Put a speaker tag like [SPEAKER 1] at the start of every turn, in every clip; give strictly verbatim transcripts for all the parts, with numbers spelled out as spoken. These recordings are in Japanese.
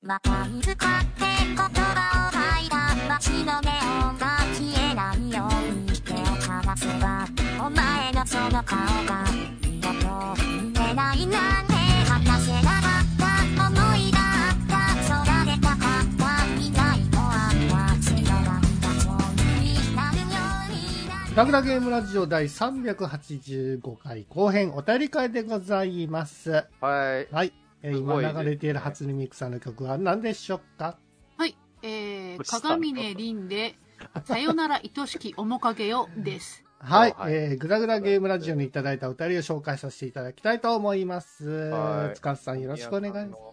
[SPEAKER 1] 若い使って言葉を吐いた街のネオンが消えないように手を離せばお前のその顔が二度と見えないなんて話せなかった思いがあった空でかかった未来とあった強がったそうになるようになる。
[SPEAKER 2] グダグダゲームラジオ第さんびゃくはちじゅうごかい後編お便り会でございます。
[SPEAKER 3] はい。
[SPEAKER 2] はい。えー、今
[SPEAKER 3] すごいですね
[SPEAKER 2] 流れている初音ミクさんの曲は何でしょうか？
[SPEAKER 4] はい、えー、鏡音凛で、さよなら愛しき面影よです。
[SPEAKER 2] はい、
[SPEAKER 3] はい、
[SPEAKER 2] えー、グダグダゲームラジオにいただいたお便りを紹介させていただきたいと思います。
[SPEAKER 3] はい。
[SPEAKER 2] 塚さんよろしくお願いします。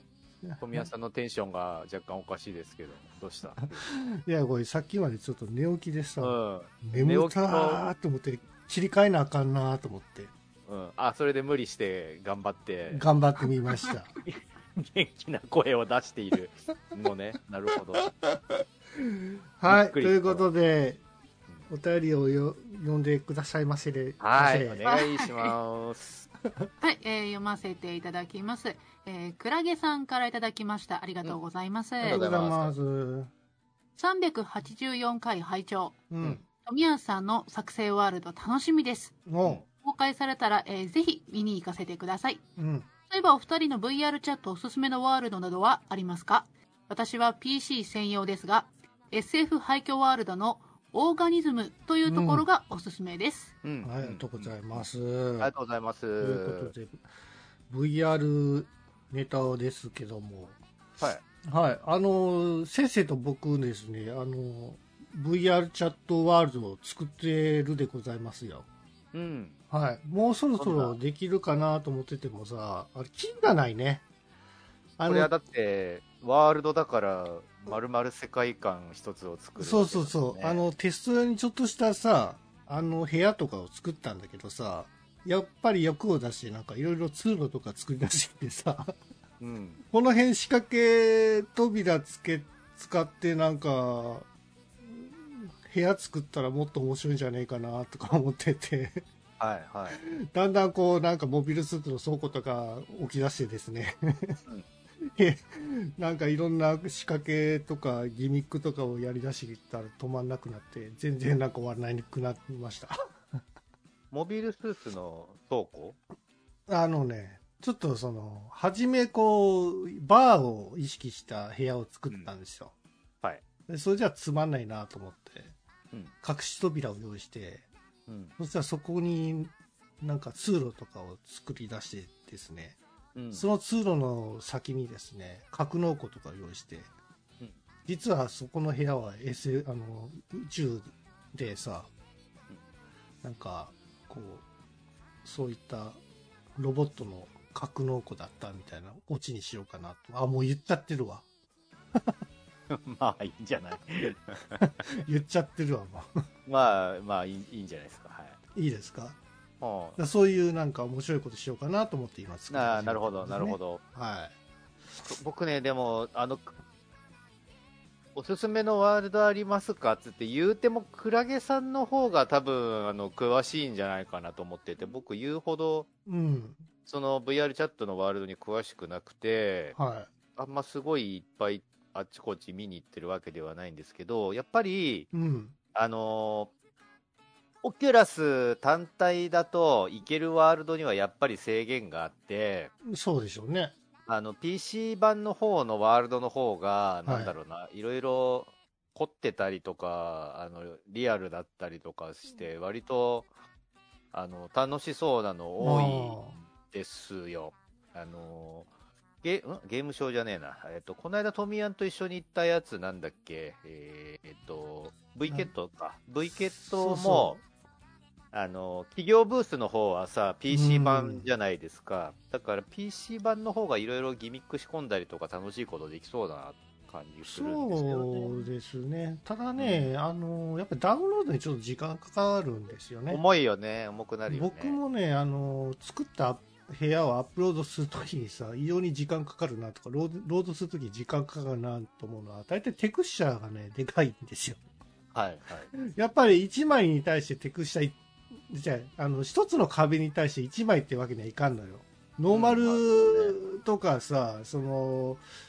[SPEAKER 3] 富谷さんのテンションが若干おかしいですけど、どうした？
[SPEAKER 2] いや、これさっきまでちょっと寝起きでさ、
[SPEAKER 3] うん。
[SPEAKER 2] 眠たーと思って切り替えなあかんなーと思って、
[SPEAKER 3] うん。あ、それで無理して頑張って、
[SPEAKER 2] 頑張ってみました。
[SPEAKER 3] 元気な声を出しているのね。なるほど。
[SPEAKER 2] はい、と
[SPEAKER 3] びっくり
[SPEAKER 2] いうことで、お便りをよ読んでくださいませで。
[SPEAKER 3] はい、
[SPEAKER 2] ませ
[SPEAKER 3] お願いします。
[SPEAKER 4] はい、えー、読ませていただきます。えー、クラゲさんからいただきました。ありがとうございます。
[SPEAKER 3] うん
[SPEAKER 2] ありがとうございます。
[SPEAKER 4] さんびゃくはちじゅうよんかい拝聴。
[SPEAKER 2] うん。
[SPEAKER 4] 富谷さんの作成ワールド楽しみです。
[SPEAKER 2] おう。
[SPEAKER 4] 公開されたら、えー、ぜひ見に行かせてください。
[SPEAKER 2] うん。
[SPEAKER 4] 例えばお二人の ブイアール チャットおすすめのワールドなどはありますか？私は ピーシー 専用ですが エスエフ 廃墟ワールドのオーガニズムというところがおすすめです、
[SPEAKER 3] うん。
[SPEAKER 2] はい、ありがとうございます。
[SPEAKER 3] ありがとうございます。
[SPEAKER 2] ということで ブイアール ネタですけども、
[SPEAKER 3] はい。
[SPEAKER 2] はい、あの先生と僕ですね、あの ブイアール チャットワールドを作ってるでございますよ。
[SPEAKER 3] うん。
[SPEAKER 2] はい、もうそろそろできるかなと思っててもさ、あれ金がないね。あの
[SPEAKER 3] これはだってワールドだから丸々世界観一つを作る、ね、
[SPEAKER 2] そうそうそう、あのテスト用にちょっとしたさ、あの部屋とかを作ったんだけどさ、やっぱり欲を出してなんかいろいろ通路とか作り出してさ、
[SPEAKER 3] うん、
[SPEAKER 2] この辺仕掛け扉つけ使ってなんか部屋作ったらもっと面白いんじゃねえかなとか思ってて
[SPEAKER 3] はいはい、
[SPEAKER 2] だんだんこうなんかモビルスーツの倉庫とか起き出してですね、うんなんかいろんな仕掛けとかギミックとかをやりだしたら止まんなくなって全然なんか終わらなくなりました
[SPEAKER 3] モビルスーツの倉庫？
[SPEAKER 2] あのね、ちょっとその初めこうバーを意識した部屋を作ったんですよ、
[SPEAKER 3] うん、はい。
[SPEAKER 2] でそれじゃつまんないなと思って、
[SPEAKER 3] うん、
[SPEAKER 2] 隠し扉を用意して、
[SPEAKER 3] うん、
[SPEAKER 2] そしたらそこになんか通路とかを作り出してですね、うん、その通路の先にですね格納庫とかを用意して、うん、実はそこの部屋は エス あの宇宙でさ、うん、なんかこうそういったロボットの格納庫だったみたいなオチにしようかなと。あ、もう言っちゃってるわ
[SPEAKER 3] まあいいんじゃない
[SPEAKER 2] 言っちゃってるわもう
[SPEAKER 3] まあまあいい、いいんじゃないですか。はい、
[SPEAKER 2] いいですか。
[SPEAKER 3] だ
[SPEAKER 2] そういうなんか面白いことしようかなと思って今作ってます、ね、
[SPEAKER 3] あ、なるほどなるほど、
[SPEAKER 2] はい。
[SPEAKER 3] 僕ねでもあのおすすめのワールドありますかっつって言うてもクラゲさんの方が多分あの詳しいんじゃないかなと思ってて、僕言うほど、
[SPEAKER 2] うん、
[SPEAKER 3] その ブイアール チャットのワールドに詳しくなくて、
[SPEAKER 2] はい、
[SPEAKER 3] あんますごいいっぱいあっちこっち見に行ってるわけではないんですけど、やっぱり、
[SPEAKER 2] うん、
[SPEAKER 3] あのオキュラス単体だと行けるワールドにはやっぱり制限があって、
[SPEAKER 2] そうでしょうね。
[SPEAKER 3] あの ピーシー 版の方のワールドの方がなんだろうな、はい、いろいろ凝ってたりとかあのリアルだったりとかして割とあの楽しそうなの多いですよ。あのゲ, んゲームショーじゃねえな、えっと、この間トミヤンと一緒に行ったやつなんだっけ、えー、っと V ケットか V ケットもそうそうあの企業ブースの方はさ ピーシー 版じゃないですか、だから ピーシー 版の方がいろいろギミック仕込んだりとか楽しいことできそうな感じするんですよね。
[SPEAKER 2] そうですね。ただね、うん、あのやっぱダウンロードにちょっと時間かかるんですよね。
[SPEAKER 3] 重いよね、重くなるよね。
[SPEAKER 2] 僕もね、あの作った部屋をアップロードするときにさ、異様に時間かかるなとかロード、ロードするときに時間かかるなと思うのは、大体テクスチャーがねでかいんですよ。
[SPEAKER 3] はいはい。
[SPEAKER 2] やっぱりいちまいに対してテクスチャーじゃあ、あの一つの壁に対していちまいってわけにはいかんのよ。ノーマルとかさ、うん、その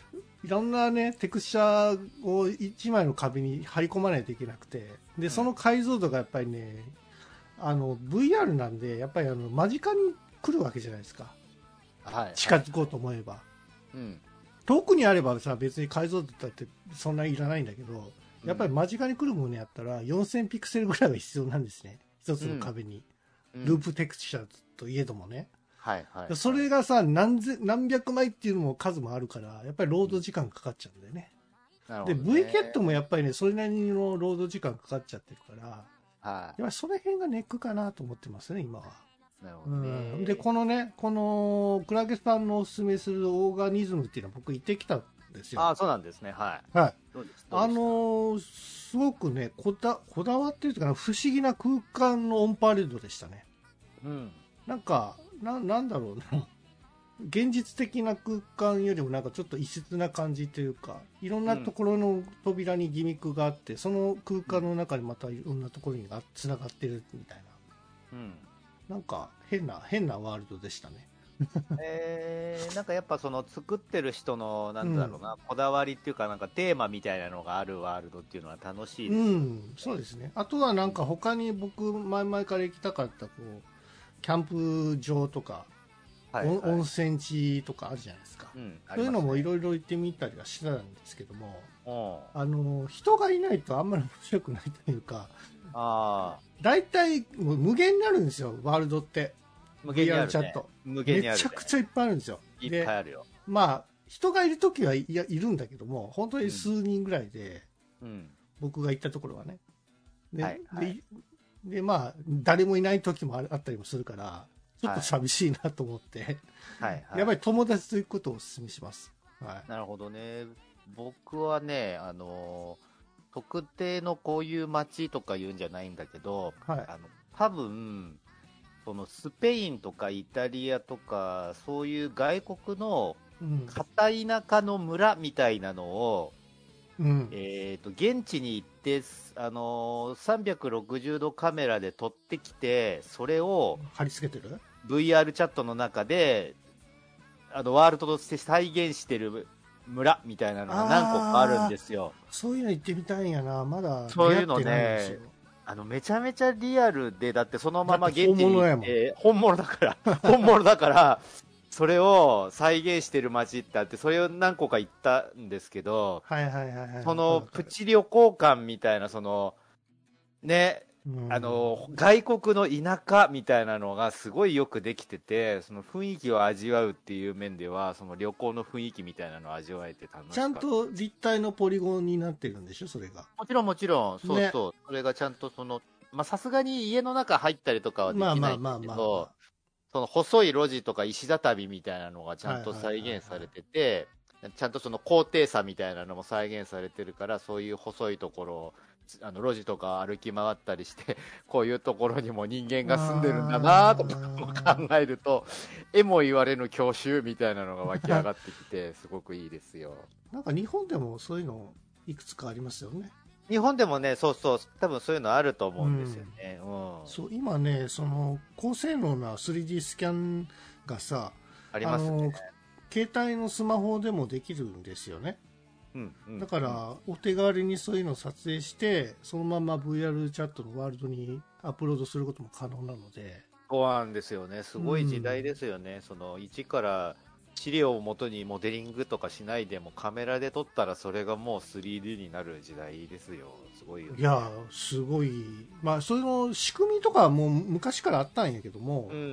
[SPEAKER 2] いろんなね、テクスチャーを一枚の壁に貼り込まないといけなくて、で、その解像度がやっぱりね、あの、ブイアール なんで、やっぱりあの、間近に来るわけじゃないですか。
[SPEAKER 3] はい。
[SPEAKER 2] 近づこうと思えば。
[SPEAKER 3] うん。
[SPEAKER 2] 遠くにあればさ、別に解像度だってそんなにいらないんだけど、やっぱり間近に来るものやったらよんせんピクセルぐらいは必要なんですね。一つの壁に。うん、ループテクスチャーといえどもね。
[SPEAKER 3] はいはい、はい。
[SPEAKER 2] それがさ、何千、何百枚っていうのも数もあるから、やっぱりロード時間かかっちゃうんだよね。なるほどね。で、ブイケット もやっぱりね、それなりのロード時間かかっちゃってるから、はい。やっぱりその辺がネックかなと思ってますね、今は。
[SPEAKER 3] なるほどね。
[SPEAKER 2] うん、で、このね、この、クラゲさんのおすすめするオーガニズムっていうのは僕行ってきたんですよ。
[SPEAKER 3] ああ、そうなんですね。はい。
[SPEAKER 2] はい。
[SPEAKER 3] どうです
[SPEAKER 2] あのー、すごくね、こだ、こだわってるというか、不思議な空間のオンパレードでしたね。うん。なんか、な、なんだろうな。現実的な空間よりもなんかちょっと異質な感じというか、いろんなところの扉にギミックがあって、うん、その空間の中にまたいろんなところにつながってるみたいな。うん。なんか変な、変なワールドでしたね。
[SPEAKER 3] えー、なんかやっぱその作ってる人のなんだろうな、うん、こだわりっていうかなんかテーマみたいなのがあるワールドっていうのは楽しいですね。うん、
[SPEAKER 2] そうですね。あとはなんか他に僕前々から行きたかったこうキャンプ場とか、はいはい、温泉地とかあるじゃないですか。うん、そういうのもいろいろ行ってみたりはしてたんですけども、あの人がいないとあんまり面白くないというか、あ大体もう無限になるんですよワールドって。無限にある、ね、チャット無限にある、ね、めちゃくちゃいっぱいあるんですよ。
[SPEAKER 3] いっぱいあるよ。
[SPEAKER 2] まあ人がいるときはいやいるんだけども、本当に数人ぐらいで、うん、僕が行ったところはね。で、はいはい、で, でまあ誰もいない時もあったりもするからちょっと寂しいなと思って、はいはい、やっぱり友達と行くことをお勧めします。はい、
[SPEAKER 3] なるほどね。僕はね、あの特定のこういう街とか言うんじゃないんだけど、はい、あの多分そのスペインとかイタリアとかそういう外国の片田舎の村みたいなのを、うん、えー、と現地に行って、あのー、さんびゃくろくじゅうどカメラで撮ってきてそれを
[SPEAKER 2] 貼り付けてる
[SPEAKER 3] ブイアール チャットの中であのワールドとして再現してる村みたいなのが何個かあるんですよ。
[SPEAKER 2] そういうの行ってみたいんやな。まだ
[SPEAKER 3] そういうのね、あのめちゃめちゃリアルで、だってそのまま現地に行って本物だから本物だからそれを再現してる街ってあって、それを何個か行ったんですけど、はいはいはいはい、そのプチ旅行感みたいな、そのね、あの外国の田舎みたいなのがすごいよくできてて、その雰囲気を味わうっていう面ではその旅行の雰囲気みたいなのを味わえて楽しかった。
[SPEAKER 2] ちゃんと立体のポリゴンになってるんでしょ、それが。
[SPEAKER 3] もちろんもちろん、そうそう、ね、それがちゃんとそのまあさすがに家の中入ったりとかはできないんだけど、その細い路地とか石畳みたいなのがちゃんと再現されてて、ちゃんとその高低差みたいなのも再現されてるから、そういう細いところをあの路地とか歩き回ったりしてこういうところにも人間が住んでるんだなとかも考えると、えも言われぬ郷愁みたいなのが湧き上がってきてすごくいいですよ。
[SPEAKER 2] なんか日本でもそういうのいくつかありますよね。
[SPEAKER 3] 日本でもね、そうそう、多分そういうのあると思うんですよね。うん
[SPEAKER 2] うん、そう今ね、その高性能な スリーディー スキャンがさ、
[SPEAKER 3] ありますね。
[SPEAKER 2] 携帯のスマホでもできるんですよね。うんうん、だからお手軽にそういうのを撮影してそのまま ブイアール チャットのワールドにアップロードすることも可能なので。
[SPEAKER 3] そうなんですよね。すごい時代ですよね。うん、その一から資料を元にモデリングとかしないでもカメラで撮ったらそれがもう スリーディー になる時代ですよ。すごいよね。
[SPEAKER 2] いやすごい、まあその仕組みとかはもう昔からあったんやけども、うんうん、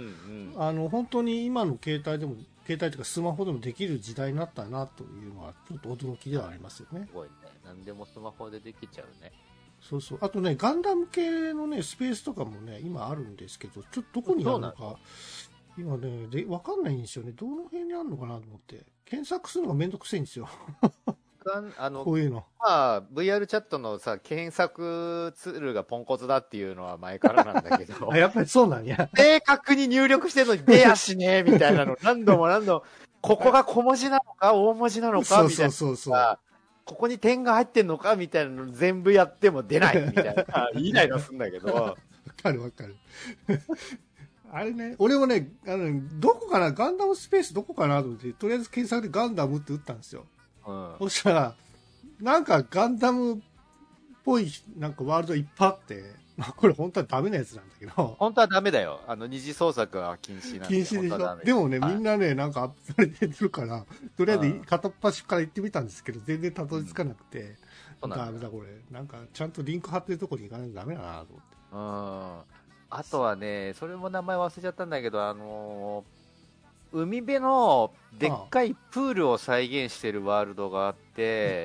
[SPEAKER 2] あの本当に今の携帯でも携帯とかスマホでもできる時代になったなというのはちょっと驚きではありますよね。
[SPEAKER 3] すごいね。何でもスマホでできちゃうね。
[SPEAKER 2] そうそう。あとねガンダム系のねスペースとかもね今あるんですけど、ちょっとどこにあるのか今ねで分かんないんですよね。どの辺にあるのかなと思って検索するのがめんどくせえんですよ
[SPEAKER 3] あの
[SPEAKER 2] こういうの、
[SPEAKER 3] まあ、ブイアール チャットのさ検索ツールがポンコツだっていうのは前からなんだけど
[SPEAKER 2] やっぱりそうなんや。
[SPEAKER 3] 正確に入力してるのに出やしねえみたいなの何度も何度もここが小文字なのか大文字なのかみたいな、そうそうそうそう、ここに点が入ってんのかみたいなの全部やっても出ないみたいなイライラするんだけどわ
[SPEAKER 2] かるわかるあれね、俺もね、あのどこかな、ガンダムスペースどこかなと思って、とりあえず検索でガンダムって打ったんですよ。
[SPEAKER 3] うん。
[SPEAKER 2] そしたら、なんかガンダムっぽい、なんかワールドいっぱいあって、まあこれ本当はダメなやつなんだけど。
[SPEAKER 3] 本当はダメだよ。あの、二次創作は禁止なんで。
[SPEAKER 2] 禁止でしょ。でもね、はい、みんなね、なんかアップされてるから、とりあえず片っ端から行ってみたんですけど、全然たどり着かなくて、うん、ダメだこれ。なんか、ちゃんとリンク貼ってるところに行かないとダメだなと思って。
[SPEAKER 3] うん。あとはね、それも名前忘れちゃったんだけど、あのー、海辺のでっかいプールを再現してるワールドがあって、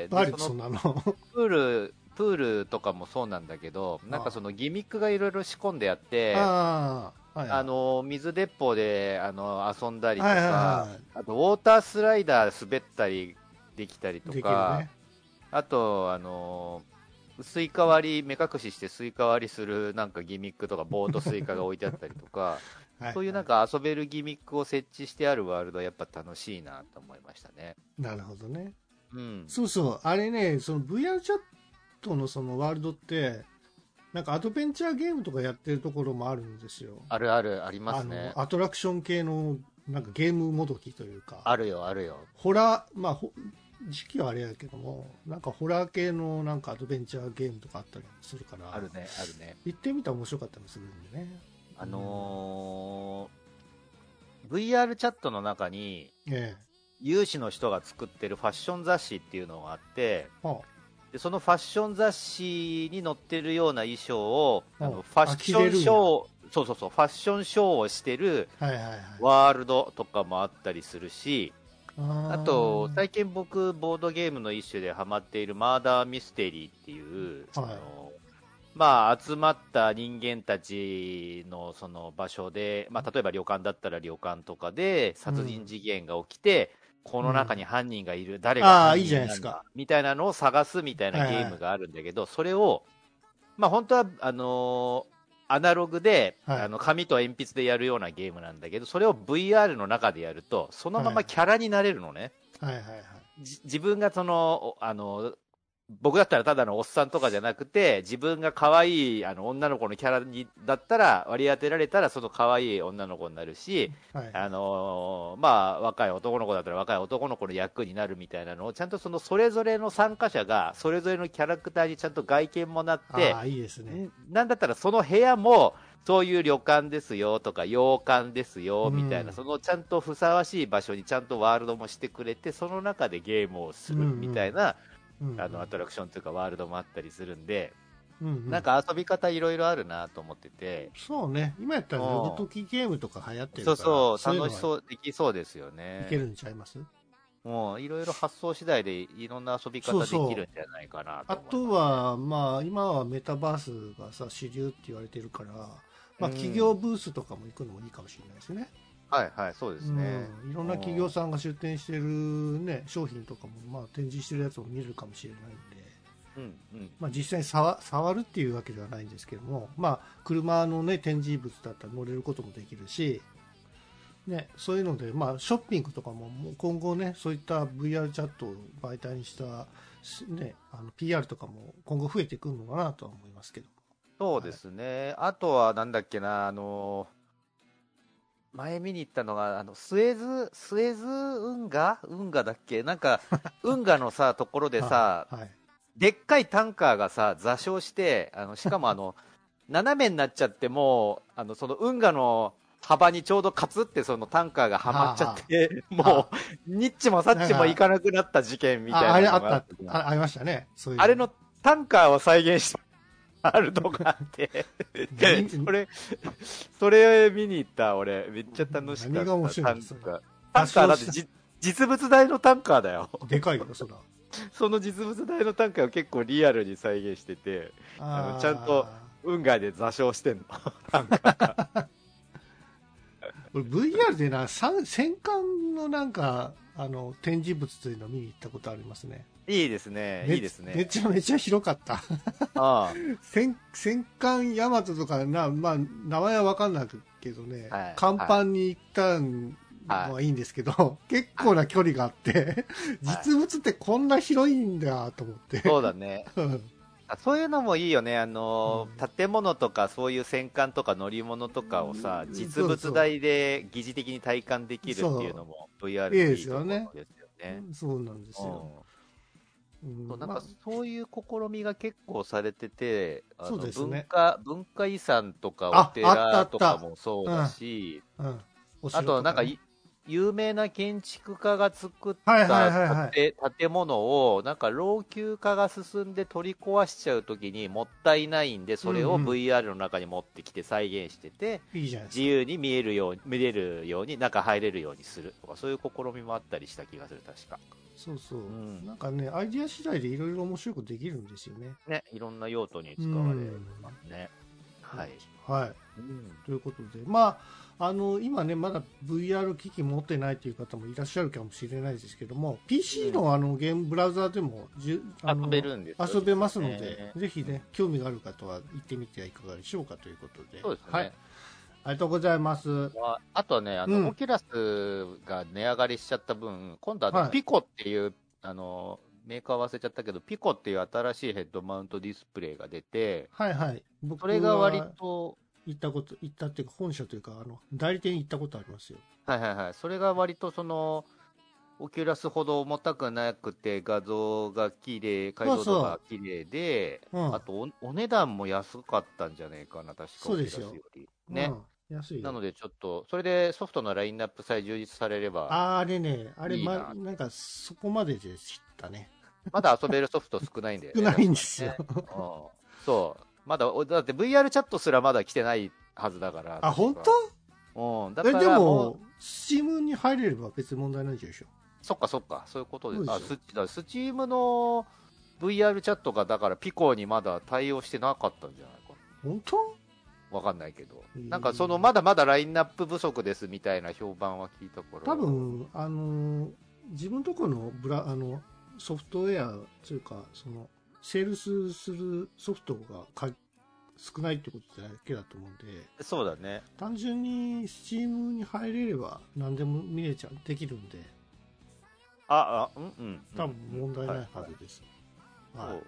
[SPEAKER 2] ああでそんなの
[SPEAKER 3] プール、プールとかもそうなんだけど、なんかそのギミックがいろいろ仕込んであって、あ、はいはい、あの水鉄砲であの遊んだりとか、はいはいはい、あとウォータースライダー滑ったりできたりとか、ね、あとあのスイカ割り目隠ししてスイカ割りするなんかギミックとかボートスイカが置いてあったりとかはい、そういうなんか遊べるギミックを設置してあるワールドはやっぱ楽しいなと思いましたね。
[SPEAKER 2] なるほどね。
[SPEAKER 3] うん、
[SPEAKER 2] そうそうあれね、その ブイアール チャットのそのワールドってなんかアドベンチャーゲームとかやってるところもあるんですよ。
[SPEAKER 3] あるあるありますね。
[SPEAKER 2] あのアトラクション系のなんかゲームもどきというか。
[SPEAKER 3] あるよあるよ。
[SPEAKER 2] ホラーまあ時期はあれやけどもなんかホラー系のなんかアドベンチャーゲームとかあったりするから。
[SPEAKER 3] あるねあるね。
[SPEAKER 2] 行ってみたら面白かったりするんでね。
[SPEAKER 3] あのー、ブイアール チャットの中に、ええ、有志の人が作ってるファッション雑誌っていうのがあって、はあ、でそのファッション雑誌に載ってるような衣装を、はあ、あのファッションショー、そうそうそう、ファッションショーをしてるワールドとかもあったりするし、はいはいはい、あと、最近僕、ボードゲームの一種でハマっているマーダーミステリーっていう、はい、あのまあ、集まった人間たちのその場所で、まあ、例えば旅館だったら旅館とかで殺人事件が起きて、うん、この中に犯人がいる、うん、誰が犯人なんだみたいなのを探すみたいなゲームがあるんだけど、はいはい、それを、まあ、本当はあのー、アナログで、はい、あの紙と鉛筆でやるようなゲームなんだけど、それを ブイアール の中でやるとそのままキャラになれるのね。
[SPEAKER 2] はいはいはいはい、
[SPEAKER 3] 自分がそのあの僕だったらただのおっさんとかじゃなくて、自分が可愛いあの女の子のキャラにだったら割り当てられたらその可愛い女の子になるし、はい、あのー、まあ若い男の子だったら若い男の子の役になるみたいなのをちゃんとそのそれぞれの参加者がそれぞれのキャラクターにちゃんと外見もなって、
[SPEAKER 2] あ、いいですね。
[SPEAKER 3] なんだったらその部屋もそういう旅館ですよとか洋館ですよみたいな、うん、そのちゃんとふさわしい場所にちゃんとワールドもしてくれて、その中でゲームをするみたいな、うんうんうんうん、あのアトラクションというかワールドもあったりするんで、うんうん、なんか遊び方いろいろあるなと思ってて。
[SPEAKER 2] そうね、今やったら呼ぶときゲームとか流行ってる
[SPEAKER 3] から、そうそう、楽しそう、できそうですよね。
[SPEAKER 2] いけるんちゃいます？
[SPEAKER 3] もういろいろ発想次第でいろんな遊び方できるんじゃないかなと思いますね。
[SPEAKER 2] そうそう、あとは、まあ、今はメタバースがさ主流って言われてるから、まあ、企業ブースとかも行くのもいいかもしれないですね。
[SPEAKER 3] はいはい、そうですね、
[SPEAKER 2] うん、いろんな企業さんが出店してる、ね、商品とかも、まあ、展示してるやつも見れるかもしれないんで、うんうん、まあ、実際に触、触るっていうわけではないんですけども、まあ、車の、ね、展示物だったら乗れることもできるし、ね、そういうので、まあ、ショッピングとかも今後ね、そういった ブイアール チャットを媒体にした、ね、あの ピーアール とかも今後増えてくるのかなとは思いますけど。
[SPEAKER 3] そうですね、はい、あとはなんだっけな、あの前見に行ったのがあのスエズスエズ運河運河だっけ、なんか運河のさところでさ、はいはい、でっかいタンカーがさ座礁して、あのしかもあの斜めになっちゃってもうあのその運河の幅にちょうどカツってそのタンカーがはまっちゃってもうニッチもサッチもいかなくなった事件みたいなのが
[SPEAKER 2] あ, あ, あ, ありましたね。そういう
[SPEAKER 3] あれのタンカーを再現してあるとかあってそれそれ見に行った。俺めっちゃ楽しかった。
[SPEAKER 2] 何が面白いんです
[SPEAKER 3] か。タンカーだってじ実物大のタンカーだよ。
[SPEAKER 2] でかいよそら。
[SPEAKER 3] その実物大のタンカーを結構リアルに再現してて、あのちゃんと運河で座礁してんのタンカーが
[SPEAKER 2] 俺 ブイアール でな戦艦のなんかあの展示物というのを見に行ったことありますね。
[SPEAKER 3] いいですね、いいですね。
[SPEAKER 2] めちゃめちゃ広かった。ああ戦戦艦ヤマトとかな、まあ、名前は分かんないけどね、はい、甲板に行ったのはいいんですけど、はい、結構な距離があって、実物ってこんな広いんだと思って。
[SPEAKER 3] そうだね。そういうのもいいよね。あの、うん、建物とかそういう戦艦とか乗り物とかをさ、実物大で疑似的に体感できるっていうのも ブイアール のいいところですよね。
[SPEAKER 2] そうなんですよ。
[SPEAKER 3] そうなんかそういう試みが結構されてて、あの
[SPEAKER 2] そうですね
[SPEAKER 3] 文化、文化遺産とかお寺とかもそうだし、
[SPEAKER 2] うんうん
[SPEAKER 3] あとなんかい有名な建築家が作っ
[SPEAKER 2] はいはいはいは
[SPEAKER 3] た建建物をなんか老朽化が進んで取り壊しちゃうときにもったいないんで、それを ブイアール の中に持ってきて再現してて、
[SPEAKER 2] いいじゃないです
[SPEAKER 3] 自由に見えるように見れるように中入れるようにするとか、そういう試みもあったりした気がする。確か
[SPEAKER 2] そうそう、
[SPEAKER 3] うん、
[SPEAKER 2] なんかねアイディア次第でいろいろ面白いことできるんですよね。
[SPEAKER 3] ね、いろんな用途に使われますね。はい、
[SPEAKER 2] はい、
[SPEAKER 3] うん、
[SPEAKER 2] ということで、まああの今ねまだ ブイアール 機器持ってないという方もいらっしゃるかもしれないですけども、 ピーシー のあのゲームブラウザーでもじゅあの
[SPEAKER 3] 遊べるんですよ、
[SPEAKER 2] 遊べますので、
[SPEAKER 3] ね、
[SPEAKER 2] ぜひね興味がある方は行ってみてはいかがでしょうかということで。
[SPEAKER 3] そうですね、
[SPEAKER 2] はい、ありがとうございます。
[SPEAKER 3] あ, あとはね、あの、うん、オキュラスが値上がりしちゃった分、今度は、ね、はい、ピコっていうあのメーカー忘れちゃったけど、ピコっていう新しいヘッドマウントディスプレイが出て、
[SPEAKER 2] はいはい、
[SPEAKER 3] 僕それが割と
[SPEAKER 2] 行ったこと行ったっていうか本社というかあの代理店に行ったことありますよ。
[SPEAKER 3] はいはいはい、それが割とそのオキュラスほど重たくなくて画像が綺麗、解像度が綺麗で、そうそう、うん、あと お, お値段も安かったんじゃないかな、確か。
[SPEAKER 2] そうですよ
[SPEAKER 3] ね、
[SPEAKER 2] うん、安いよ。
[SPEAKER 3] なのでちょっとそれでソフトのラインナップさえ充実されれば、
[SPEAKER 2] ああれねあれいいな、ま、なんかそこまでで知ったね。
[SPEAKER 3] まだ遊べるソフト少ないんだよね。
[SPEAKER 2] 少ないんですよ、ね、
[SPEAKER 3] うん、そうまだだって ブイアール チャットすらまだ来てないはずだから。
[SPEAKER 2] あ、本
[SPEAKER 3] 当？うん。だから
[SPEAKER 2] え、でも、スチームに入れれば別に問題ないでしょ。
[SPEAKER 3] そっかそっか、そういうことです。あ、スだスチームの ブイアール チャットがだからピコにまだ対応してなかったんじゃないか。
[SPEAKER 2] 本当？
[SPEAKER 3] わかんないけど、なんかそのまだまだラインナップ不足ですみたいな評判は聞いたから。
[SPEAKER 2] 多分あの自分とこのブラあのソフトウェアというかそのセールスするソフトがか少ないってことだけだと思うんで。
[SPEAKER 3] そうだね。
[SPEAKER 2] 単純にスチームに入れれば何でも見れちゃうできるんで。
[SPEAKER 3] ああうんうん
[SPEAKER 2] 多分問題ないはずです。
[SPEAKER 3] はい。はい。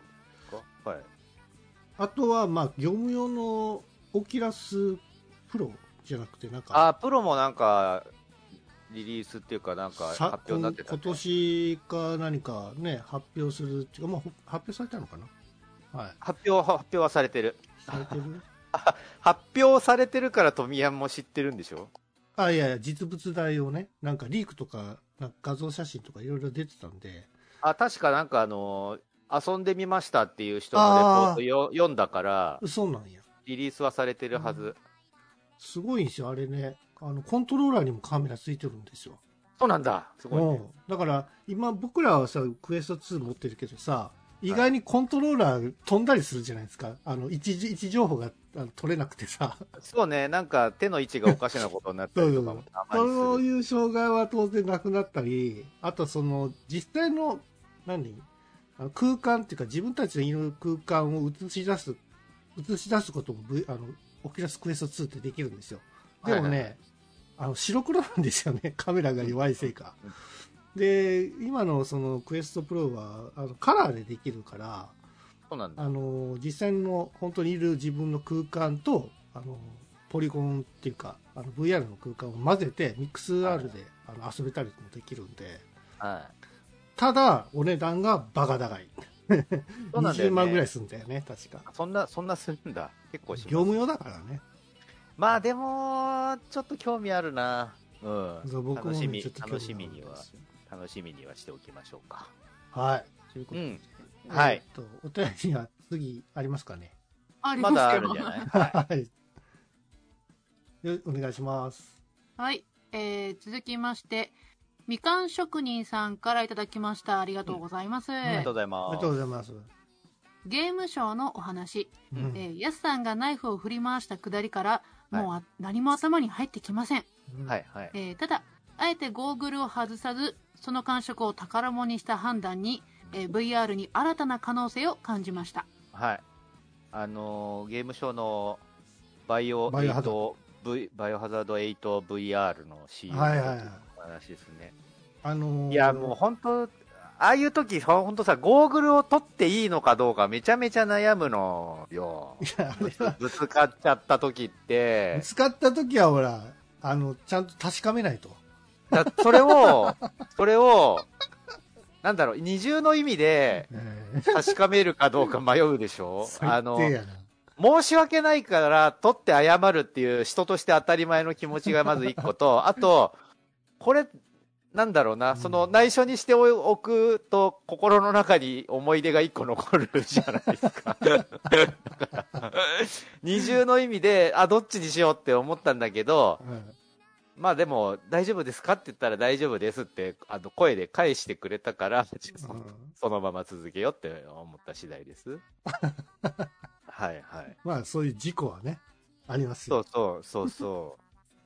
[SPEAKER 3] はい、
[SPEAKER 2] あとはまあ業務用のオキュラスプロじゃなくてなんか。
[SPEAKER 3] あプロもなんかリリースっていうかなんか発表になってた、ね、
[SPEAKER 2] 今年か何かね発表するっていうかもう発表されたのかな。はい、
[SPEAKER 3] 発表発表はされてる
[SPEAKER 2] されてる
[SPEAKER 3] 発表されてるから富山も知ってるんでしょ。
[SPEAKER 2] あいやいや実物大をねなんかリークとかなんか画像写真とかいろいろ出てたんで。
[SPEAKER 3] あ確かなんかあのー、遊んでみましたっていう人のレポートよ読んだから
[SPEAKER 2] そうなんや
[SPEAKER 3] リリースはされてるはず、うん、
[SPEAKER 2] すごいんですよあれね。あのコントローラーにもカメラついてるんですよ。
[SPEAKER 3] そうなんだすごい、ね、
[SPEAKER 2] だから今僕らはさクエストツー持ってるけどさ意外にコントローラー飛んだりするじゃないですか。あの位置、位置情報が取れなくてさ。
[SPEAKER 3] そうね、なんか手の位置がおかしなことになったりとかもたまにする。
[SPEAKER 2] そういう障害は当然なくなったり、あとその実際の何空間っていうか自分たちのいる空間を映し出す映し出すことも、v、あのオキュラスクエストツーってできるんですよ。でもね、はいはい、あの白黒なんですよね。カメラが弱いせいか。で今のそのクエストプロはあのカラーでできるから、
[SPEAKER 3] そうなんだ。
[SPEAKER 2] あの実際の本当にいる自分の空間とあのポリゴンっていうかあの ブイアール の空間を混ぜてミックス アール で、はい、あの遊べたりもできるんで、
[SPEAKER 3] はい、
[SPEAKER 2] ただお値段がバカ高い。
[SPEAKER 3] そうなんだよね、
[SPEAKER 2] にじゅうまんぐらいするんだよね確か。
[SPEAKER 3] そんなそんなするんだ。結構します。
[SPEAKER 2] 業務用だからね。
[SPEAKER 3] まあでもちょっと興味あるな。うん。
[SPEAKER 2] 僕も、ね、
[SPEAKER 3] 楽しみ
[SPEAKER 2] ちょっと
[SPEAKER 3] 楽しみには楽しみにはしておきましょうか。
[SPEAKER 2] はい。ということで、
[SPEAKER 3] うんはい、
[SPEAKER 2] えー、とお便りは次ありますかね。
[SPEAKER 4] ありますけど
[SPEAKER 3] まだあるんじゃない
[SPEAKER 2] はい。お願いします。
[SPEAKER 4] はい、えー、続きましてみかん職人さんからいただきました。ありがとうございます。うん、
[SPEAKER 3] ありがとうございます。
[SPEAKER 2] ありがとうございます。
[SPEAKER 4] ゲームショーのお話、
[SPEAKER 2] うん
[SPEAKER 4] えー、ヤスさんがナイフを振り回したくだりからもう、はい、何も頭に入ってきません。
[SPEAKER 3] はいはい。
[SPEAKER 4] えー、ただあえてゴーグルを外さずその感触を宝物にした判断に、えー、ブイアール に新たな可能性を感じました。
[SPEAKER 3] はい。あのー、ゲームショーのバイオ
[SPEAKER 2] バイオハザー
[SPEAKER 3] ド V バイオハザードエイト ブイアール の シーエム の話ですね。
[SPEAKER 2] あのー、
[SPEAKER 3] いやもう本当ああいう時本当さゴーグルを取っていいのかどうかめちゃめちゃ悩むのよ。
[SPEAKER 2] いや
[SPEAKER 3] ぶつかっちゃった時って
[SPEAKER 2] ぶつかった時はほらあのちゃんと確かめないと。
[SPEAKER 3] だそれをそれをなんだろう二重の意味で、 確かめるかどうか迷うでしょあの、
[SPEAKER 2] 最低やな。
[SPEAKER 3] 申し訳ないから取って謝るっていう人として当たり前の気持ちがまず一個と、あと、これ、なんだろうな、うん、その内緒にしておくと心の中に思い出が一個残るじゃないですか。二重の意味で、あ、どっちにしようって思ったんだけど、うん、まあでも、大丈夫ですかって言ったら大丈夫ですって、あの声で返してくれたから、うん、そのまま続けようって思った次第です。はいはい。
[SPEAKER 2] まあそういう事故はね、ありますよ。
[SPEAKER 3] そうそうそうそう。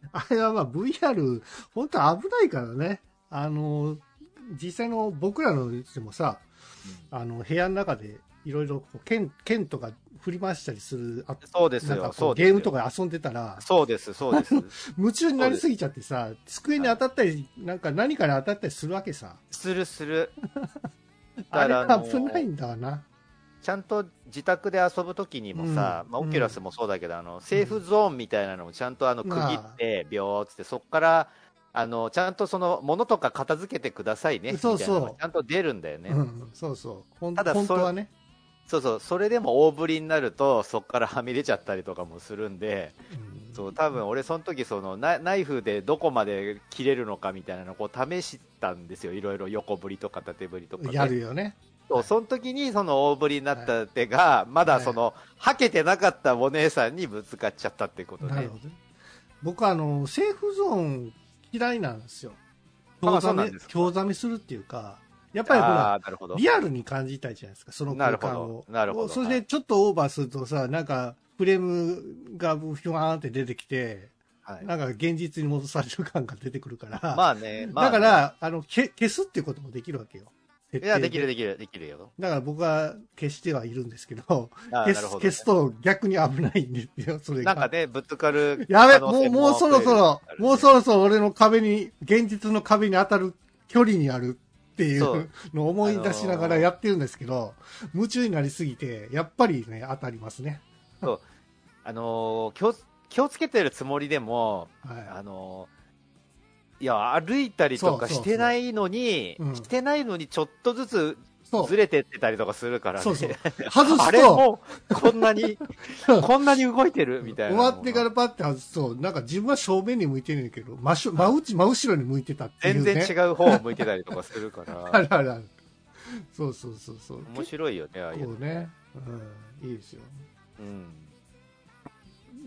[SPEAKER 2] あれはまあ ブイアール、本当危ないからね。あの、実際の僕らのでもさ、うん、あの部屋の中でいろいろ剣、剣とか振り回したりする、あ
[SPEAKER 3] そうですよ、そう
[SPEAKER 2] ゲームとかで遊んでたら、
[SPEAKER 3] そうです、そうです。
[SPEAKER 2] 夢中になりすぎちゃってさ、机に当たったり、なんか何かに当たったりするわけさ。
[SPEAKER 3] するする。
[SPEAKER 2] あれは危ないんだわな。
[SPEAKER 3] ちゃんと自宅で遊ぶときにもさ、うんまあ、オキュラスもそうだけど、うん、あのセーフゾーンみたいなのをちゃんとあの区切って、ビョーっつって、そこからあのちゃんとその物とか片付けてくださいねみたいなのがちゃんと出るんだよね。
[SPEAKER 2] うん、そうそう。
[SPEAKER 3] ただ
[SPEAKER 2] 本当はね。
[SPEAKER 3] そうそう、それでも大振りになると、そこからはみ出ちゃったりとかもするんで、うん、そう多分俺、その時そのナナイフでどこまで切れるのかみたいなのをこう試したんですよ、いろいろ横振りとか縦振りとか、ね。
[SPEAKER 2] やるよね。
[SPEAKER 3] そうその時にその大振りになった手が、まだその、はけてなかったお姉さんにぶつかっちゃったってことね。なるほど。
[SPEAKER 2] 僕はあの、セーフゾーン嫌いなんですよ。興ざめ、興ざめするっていうか、やっぱりほら、リアルに感じたいじゃないですか、その空間を。
[SPEAKER 3] なるほど。
[SPEAKER 2] それでちょっとオーバーするとさ、なんか、フレームがふわーんって出てきて、はい、なんか現実に戻される感が出てくるから。
[SPEAKER 3] まあね、まあね。
[SPEAKER 2] だから、あの、消すっていうこともできるわけよ。
[SPEAKER 3] いや、できるできる、できるよ。
[SPEAKER 2] だから僕は消してはいるんですけど、消す、ね、消すと逆に危ないんですよ、それが。
[SPEAKER 3] なんかね、ぶつかる。
[SPEAKER 2] やべ、もう、もうそろそろ、ね、もうそろそろ俺の壁に、現実の壁に当たる距離にあるっていうのを思い出しながらやってるんですけど、あのー、夢中になりすぎて、やっぱりね、当たりますね。
[SPEAKER 3] そう。あのー、気を、気をつけてるつもりでも、はい、あのー、いや、歩いたりとかしてないのに、そうそうそう、うん、してないのにちょっとずつずれてってたりとかするからね。そうそう。
[SPEAKER 2] 外すと。
[SPEAKER 3] あれもこんなに、こんなに動いてるみたいな。
[SPEAKER 2] 終わってからパッて外すと、なんか自分は正面に向いてるんだけど、真, 真, 内真後ろに向いてたっていう、ね。
[SPEAKER 3] 全然違う方を向いてたりとかするから。
[SPEAKER 2] あるあるある。そうそうそうそう。
[SPEAKER 3] 面白いよね、ああいうの
[SPEAKER 2] ね。ね。うん。いいですよ。うん。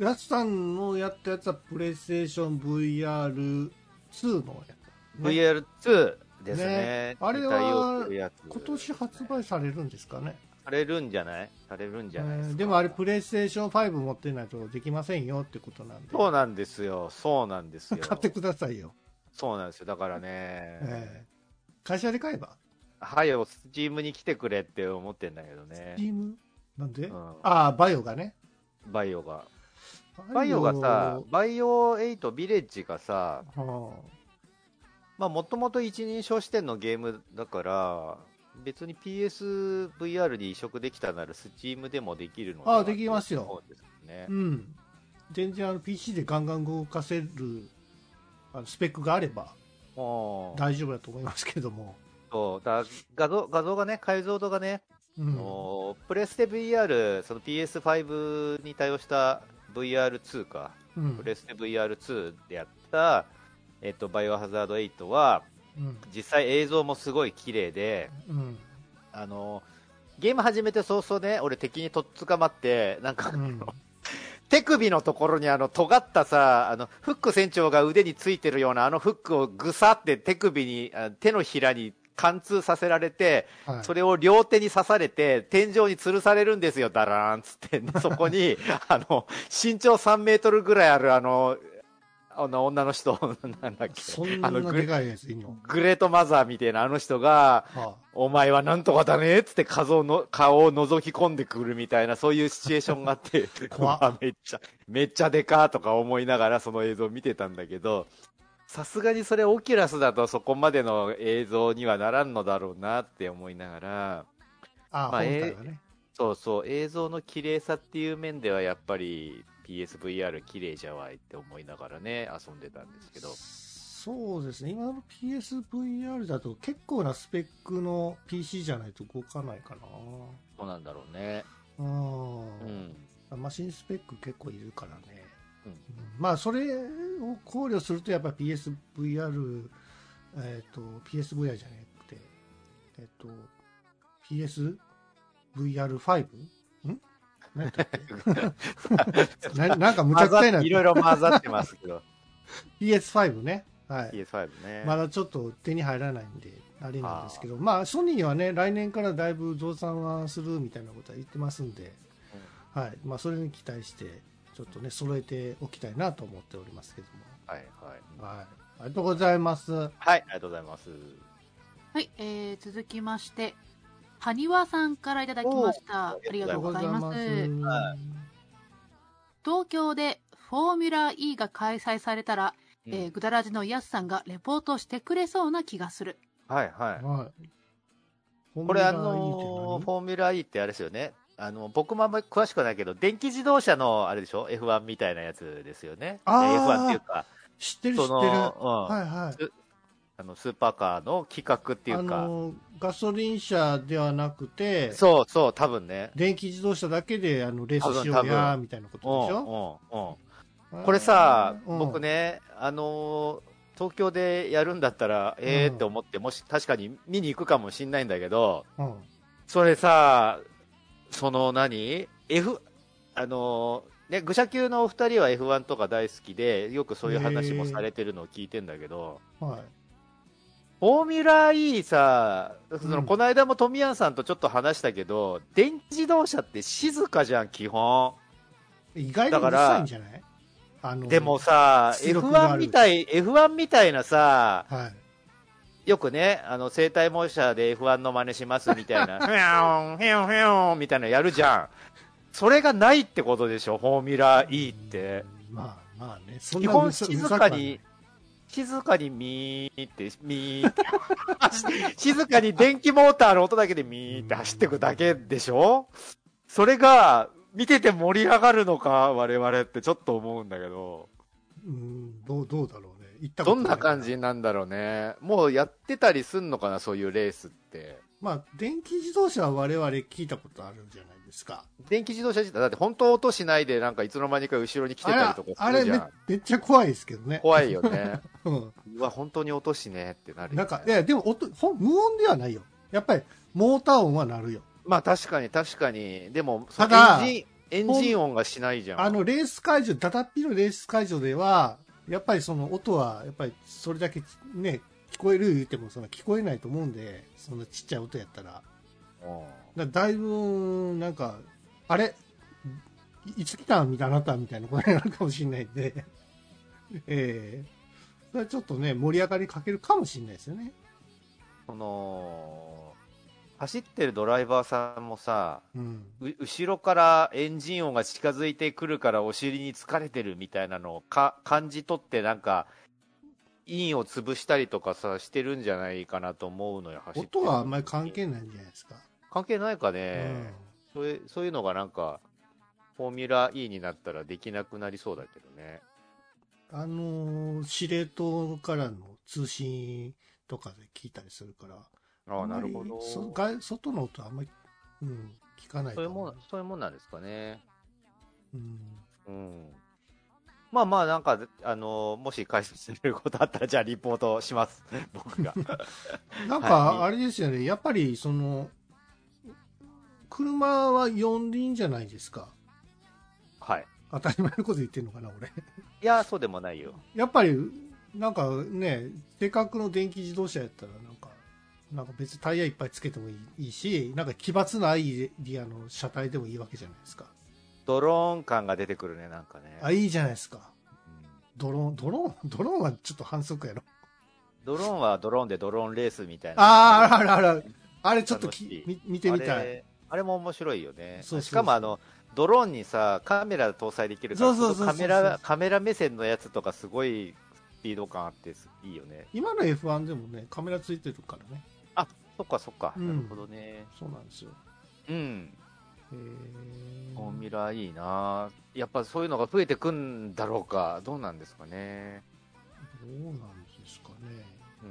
[SPEAKER 2] やつさんのやったやつは、プレイステーション ブイアールツー のやつ、ね、
[SPEAKER 3] ブイアールツー ですね。ね
[SPEAKER 2] あれは今年発売されるんですかね。
[SPEAKER 3] されるんじゃないされるんじゃないですか。
[SPEAKER 2] でもあれプレイステーションファイブ持ってないとできませんよってことなんで。
[SPEAKER 3] そうなんですよ。そうなんですよ。
[SPEAKER 2] 買ってくださいよ。
[SPEAKER 3] そうなんですよ。だからね、え
[SPEAKER 2] ー、会社で買えば
[SPEAKER 3] はいよ、スチームに来てくれって思ってんだけどね。
[SPEAKER 2] スチームなんで、うん、ああ、バイオがね。
[SPEAKER 3] バイオが。バイオがさ、バイオエイトビレッジがさ、はあ、まあもともと一人称視点のゲームだから、別に ピーエスブイアール に移植できたならスチームでもできるので
[SPEAKER 2] ああ、できますよ。
[SPEAKER 3] そうですね。
[SPEAKER 2] うん。全然あの ピーシー でガンガン動かせるあのスペックがあれば大丈夫だと思いますけども。
[SPEAKER 3] そうだ画像画像がね、解像度がね、うん、プレステ ブイアール、その ピーエスファイブ に対応した ブイアールツー か、うん、プレステ ブイアールツー でやった、えっと、バイオハザードエイトは、うん、実際映像もすごい綺麗で、うん、あのゲーム始めて早々ね、俺敵にとっ捕まってなんか、うん、手首のところにあの尖ったさ、あのフック船長が腕についてるようなあのフックをぐさって手首に、手のひらに貫通させられて、はい、それを両手に刺されて天井に吊るされるんですよ、ダラーンつって、そこにあの身長さんメートルぐらいあるあのあの女の人なんだっけ、
[SPEAKER 2] そんなでかいやついんの、
[SPEAKER 3] グレートマザーみたいなあの人が、はあ、お前はなんとかだねっつって顔の顔を覗き込んでくるみたいな、そういうシチュエーションがあってめっちゃめっちゃでかーとか思いながらその映像を見てたんだけど、さすがにそれオキュラスだとそこまでの映像にはならんのだろうなって思いながら、
[SPEAKER 2] あ、まあ、本体はね、
[SPEAKER 3] そうそう、映像の綺麗さっていう面ではやっぱり ピーエスブイアール 綺麗じゃわいって思いながらね遊んでたんですけど、
[SPEAKER 2] そうですね。今の ピーエスブイアール だと結構なスペックの ピーシー じゃないと動かないかな。
[SPEAKER 3] そうなんだろうね。
[SPEAKER 2] うん。うん、マシンスペック結構いるからね。うんうん、まあ、それを考慮すると、やっぱ ピーエスブイアール、えっ、ー、と、ピーエスブイアール じゃなくて、えっ、ー、と、ピーエスブイアールファイブ？ ん何だっけななんかむちゃくちゃな。
[SPEAKER 3] いろいろ混ざってますけど。
[SPEAKER 2] ピーエスファイブ ね。はい。
[SPEAKER 3] ピーエスファイブ ね。
[SPEAKER 2] まだちょっと手に入らないんで、あれなんですけど、まあ、ソニーはね、来年からだいぶ増産はするみたいなことは言ってますんで、うん、はい。まあ、それに期待して、ちょっとね、揃えておきたいなと思っておりますけども。
[SPEAKER 3] はいはい。
[SPEAKER 2] はい。ありがとうございます。はい、
[SPEAKER 3] ありがとうございます。
[SPEAKER 4] はい、えー、続きまして、はにわさんからいただきました。ありがとうございます。はい、東京でフォーミュラー E が開催されたら、うん、えー、グダラジのヤスさんがレポートしてくれそうな気がする。
[SPEAKER 3] はいはい。はい、これあのー、フォーミュラー E ってあれですよね。あの僕もあんまり詳しくないけど、電気自動車のあれでしょ エフワン みたいなやつですよね。
[SPEAKER 2] あ
[SPEAKER 3] エフワン っていうか、
[SPEAKER 2] 知ってる知ってる。うん、はいはい。
[SPEAKER 3] あのスーパーカーの企画っていうか、あの
[SPEAKER 2] ガソリン車ではなくて、
[SPEAKER 3] そうそう多分ね、
[SPEAKER 2] 電気自動車だけであのレースしようやみたいなことでしょ。
[SPEAKER 3] うんうんうん、これさ、うん、僕ね、あの東京でやるんだったらええー、って思って、もし確かに見に行くかもしんないんだけど、うん、それさ、その何 F あのね、愚者級のお二人は エフワン とか大好きでよくそういう話もされてるのを聞いてんだけど、はい、フォーミュラー E さ、その、うん、この間も富谷さんとちょっと話したけど、電気自動車って静かじゃん基本。
[SPEAKER 2] 意外にうるさいんじゃない？
[SPEAKER 3] あのでもさ エフワン みたい エフワン みたいなさ、はい、よくねあの生体模写で エフワン の真似しますみたいなふやんふやんふやんみたいなのやるじゃん。それがないってことでしょフォーミュラー E って。
[SPEAKER 2] まあまあね、
[SPEAKER 3] そんな基本静かに静かにミーってミーって静かに電気モーターの音だけでミーって走っていくだけでしょ。それが見てて盛り上がるのか我々ってちょっと思うんだけど、
[SPEAKER 2] うーん、どうどうだろうね。行った
[SPEAKER 3] ことないから。どんな感じなんだろうね。もうやってたりすんのかなそういうレースって。
[SPEAKER 2] まあ電気自動車は我々聞いたことあるじゃないですか。
[SPEAKER 3] 電気自動車自体だって本当音しないでなんかいつの間にか後ろに来てたりとかするじゃん。
[SPEAKER 2] あれ、あれ め, めっちゃ怖いですけどね。
[SPEAKER 3] 怖いよね。うん、うわ本当に音しねってなるよね。
[SPEAKER 2] なんかいやでも音無音ではないよ。やっぱりモーター音は鳴るよ。
[SPEAKER 3] まあ確かに確かに。でもただエンジンエンジン音がしないじゃん。
[SPEAKER 2] あのレース会場、だだっぴのレース会場ではやっぱりその音はやっぱりそれだけね聞こえる言ってもその聞こえないと思うんで、そのちっちゃい音やったら。だ, だいぶなんかあれいつ来たんみたいなあなたみたいなことになるかもしれないんでええー、それはちょっとね盛り上がりかけるかもしれないですよね。
[SPEAKER 3] その走ってるドライバーさんもさ、うん、後ろからエンジン音が近づいてくるからお尻に疲れてるみたいなのをか感じ取ってなんかインを潰したりとかさしてるんじゃないかなと思うのよ。走ってる
[SPEAKER 2] 音はあんまり関係ないんじゃないですか。
[SPEAKER 3] 関係ないかね、うん、そういう、そういうのがなんかフォーミュラー E になったらできなくなりそうだけどね。
[SPEAKER 2] あのー、司令塔からの通信とかで聞いたりするから、
[SPEAKER 3] ああなるほど。
[SPEAKER 2] そ外の音あんまり、うん、聞かないと思う。
[SPEAKER 3] そういうもん、そういうもんなんですかね。
[SPEAKER 2] うん、
[SPEAKER 3] うん、まあまあなんかあのー、もし解説してることあったらじゃあリポートします僕が
[SPEAKER 2] なんかあれですよね、はい、やっぱりその車は四輪じゃないですか。
[SPEAKER 3] はい。
[SPEAKER 2] 当たり前のこと言ってんのかな俺。
[SPEAKER 3] いやそうでもないよ。
[SPEAKER 2] やっぱりなんかね、せっかくの電気自動車やったらなんかなんか別にタイヤいっぱいつけてもいいし、なんか奇抜なアイディアの車体でもいいわけじゃないですか。
[SPEAKER 3] ドローン感が出てくるねなんかね。
[SPEAKER 2] あいいじゃないですか。うん、ドローンドローンドローンはちょっと反則やろ。
[SPEAKER 3] ドローンはドローンでドローンレースみたいな。
[SPEAKER 2] あああらあらあらあれちょっときみ見てみたい。
[SPEAKER 3] あれも面白いよね。そうそうそう、しかもあのドローンにさカメラ搭載できるからカメラカメラ目線のやつとかすごいスピード感あっていいよね。
[SPEAKER 2] 今の エフワン でもねカメラついてるからね。
[SPEAKER 3] あ、そっかそっか、
[SPEAKER 2] うん、
[SPEAKER 3] なるほどね。
[SPEAKER 2] そうなんですよ。
[SPEAKER 3] うん。へえ。フォーミュラーいいな。やっぱそういうのが増えてくんだろうか。どうなんですかね。
[SPEAKER 2] どうなんですですかね。
[SPEAKER 3] うん。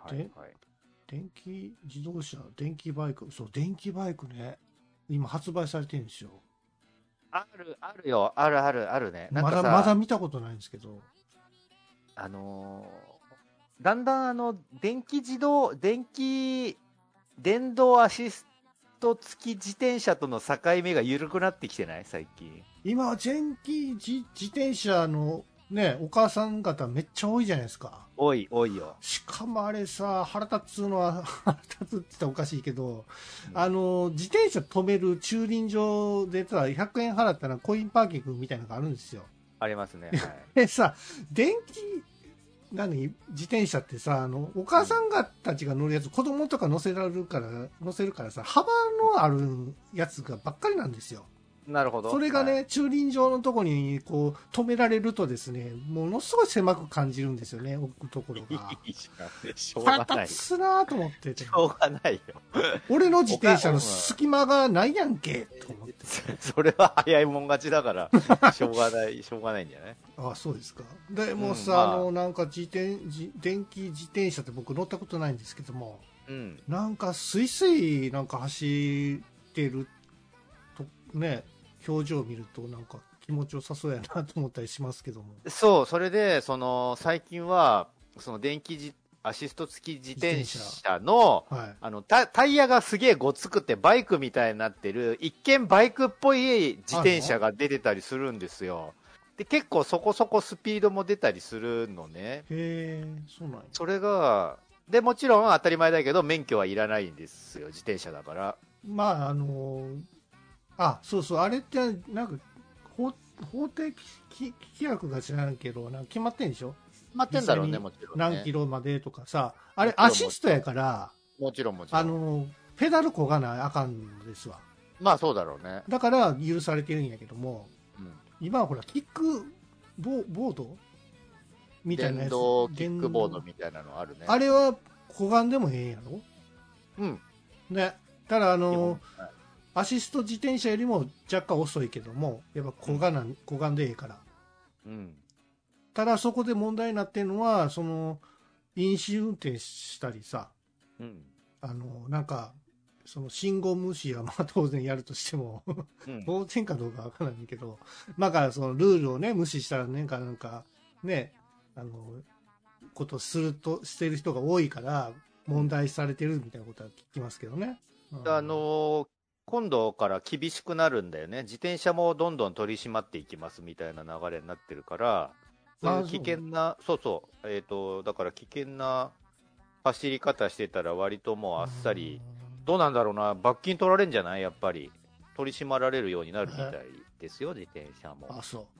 [SPEAKER 3] はい、はい。
[SPEAKER 2] 電気自動車、電気バイク、そう、電気バイクね。今発売されてるんですよ。
[SPEAKER 3] ある、あるよ。あるあるあるね。なん
[SPEAKER 2] まだ、
[SPEAKER 3] かさ、
[SPEAKER 2] まだ見たことないんですけど。
[SPEAKER 3] あのー、だんだんあの、電気自動、電気、電動アシスト付き自転車との境目が緩くなってきてない最近。
[SPEAKER 2] 今、電気自自転車のね、お母さん方めっちゃ多いじゃないですか。
[SPEAKER 3] 多い、多いよ。
[SPEAKER 2] しかもあれさ、腹立つのは、腹立つって言ったらおかしいけど、うん、あの、自転車止める駐輪場でさ、ひゃくえん払ったらコインパーキングみたいなのがあるんですよ。
[SPEAKER 3] ありますね。はい、
[SPEAKER 2] でさ、電気、何自転車ってさ、あの、お母さん方たちが乗るやつ、うん、子供とか乗せられるから、乗せるからさ、幅のあるやつがばっかりなんですよ。
[SPEAKER 3] なるほど。
[SPEAKER 2] それがね、
[SPEAKER 3] はい、
[SPEAKER 2] 駐輪場のとこにこう止められるとですね、ものすごい狭く感じるんですよね、置くところが。
[SPEAKER 3] いいじゃん。しょうがない。
[SPEAKER 2] 腹立つなと思ってて。
[SPEAKER 3] しょうがないよ。
[SPEAKER 2] 俺の自転車の隙間がないやんけ、と思って。
[SPEAKER 3] それは早いもん勝ちだから、しょうがない、しょうがないんじゃない？
[SPEAKER 2] ああ、そうですか。でもさ、
[SPEAKER 3] うん、まあ、
[SPEAKER 2] あの、なんか自転、自電気自転車って僕乗ったことないんですけども、
[SPEAKER 3] うん、
[SPEAKER 2] なんかスイスイなんか走ってると、ね、表情を見るとなんか気持ちよさそうやなと思ったりしますけども。
[SPEAKER 3] そう、それで、その、最近は、その電気自アシスト付き自転車の、
[SPEAKER 2] はい、
[SPEAKER 3] あの、タ、タイヤがすげえごつくてバイクみたいになってる、一見バイクっぽい自転車が出てたりするんですよ。で、結構そこそこスピードも出たりするのね。
[SPEAKER 2] へー、そうなんや。
[SPEAKER 3] それが、で、もちろん当たり前だけど、免許はいらないんですよ、自転車だから。
[SPEAKER 2] まあ、あのー、あ、そうそう、あれって、なんか、法法定規約が知らんけど、なんか決まってんでしょ？
[SPEAKER 3] 決まってんだろうね、もちろん、ね。
[SPEAKER 2] 何キロまでとかさ、あれアシストやから、
[SPEAKER 3] もちろんもちろん。
[SPEAKER 2] あの、ペダルこがなあかんのですわ。
[SPEAKER 3] まあそうだろうね。
[SPEAKER 2] だから許されてるんやけども、
[SPEAKER 3] うん、
[SPEAKER 2] 今はほら、キックボ、ボードみたいなやつ。
[SPEAKER 3] 電動キックボードみたいなのあるね。
[SPEAKER 2] あれはこがんでもええんやろ？
[SPEAKER 3] うん。
[SPEAKER 2] ね。ただあの、はい、アシスト自転車よりも若干遅いけども、やっぱ小がん、うん、小がんでええから。
[SPEAKER 3] うん。た
[SPEAKER 2] だそこで問題になってるのは、その、飲酒運転したりさ、
[SPEAKER 3] うん、
[SPEAKER 2] あの、なんか、その信号無視はまあ当然やるとしても、うん、当然かどうかわからないけど、まあからそのルールをね、無視したらね、なんか、ね、あの、ことすると、してる人が多いから、問題されてるみたいなことは聞きますけどね。
[SPEAKER 3] うん、あの、今度から厳しくなるんだよね。自転車もどんどん取り締まっていきますみたいな流れになってるから、そういう危険な、そうそう、えっと、だから危険な走り方してたら割ともうあっさり、どうなんだろうな、罰金取られるんじゃない？やっぱり。取り締まられるようになるみたいですよ、自転車も。
[SPEAKER 2] あ、そう。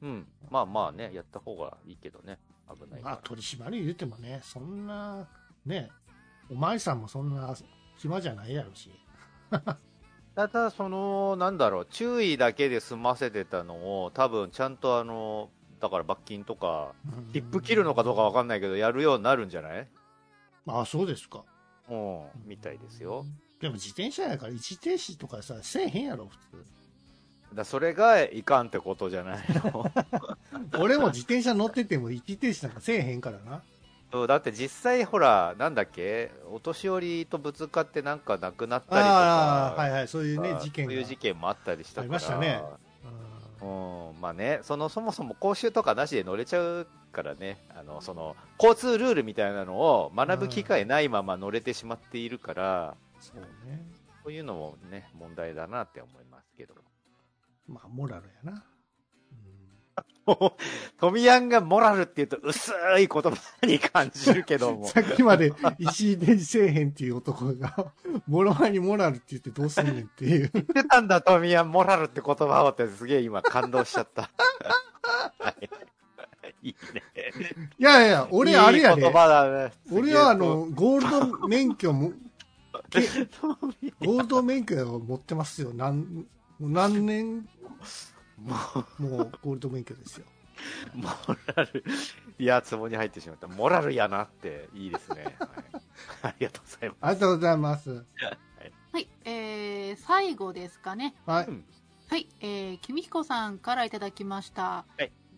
[SPEAKER 3] うん。まあまあね、やった方がいいけどね。危ないから。
[SPEAKER 2] まあ取り締まり言うてもね、そんな、ね、お前さんもそんな暇じゃないやろし。
[SPEAKER 3] ただ、その、なんだろう、注意だけで済ませてたのを、多分ちゃんとあの、だから罰金とか、切符切るのかどうかわかんないけど、やるようになるんじゃない？
[SPEAKER 2] ああ、そうですか。
[SPEAKER 3] うん、みたいですよ。
[SPEAKER 2] でも自転車やから一時停止とかさ、せえへんやろ、普通。
[SPEAKER 3] だそれがいかんってことじゃないの？
[SPEAKER 2] 俺も自転車乗ってても一時停止なんかせえへんからな。
[SPEAKER 3] そうだって実際ほらなんだっけお年寄りとぶつかってなんか亡くなったりとか、
[SPEAKER 2] ああはいはいそういうね事件が
[SPEAKER 3] そういう事件もあったりしたから
[SPEAKER 2] ありましたね。
[SPEAKER 3] うん、うん、まあねそのそもそも講習とかなしで乗れちゃうからねあのその交通ルールみたいなのを学ぶ機会ないまま乗れてしまっているから、
[SPEAKER 2] そうね。
[SPEAKER 3] そういうのもね問題だなって思いますけど。
[SPEAKER 2] まあモラルやな。
[SPEAKER 3] トミヤンがモラルって言うと薄い言葉に感じるけども。
[SPEAKER 2] さっきまで石井伝せえへんっていう男が、モラルにモラルって言ってどうすんねんっていう。
[SPEAKER 3] 言ってたんだ、トミヤン、モラルって言葉をってすげえ今感動しちゃった。はい、いいね。
[SPEAKER 2] いやいや、俺あれやで、ね。
[SPEAKER 3] いい言葉だね。
[SPEAKER 2] 俺はあの、ゴールド免許も、ゴールド免許を持ってますよ。何、何年もう、もうゴールド免許ですよ。
[SPEAKER 3] モラル。いや、ツボに入ってしまった。モラルやなって、いいですね。はい、ありがとうございます。
[SPEAKER 2] ありがとうございます。はい、
[SPEAKER 4] はい、えー、最後ですかね。
[SPEAKER 2] はい。
[SPEAKER 4] はい、えー、きみひこさんからいただきました。
[SPEAKER 3] はい。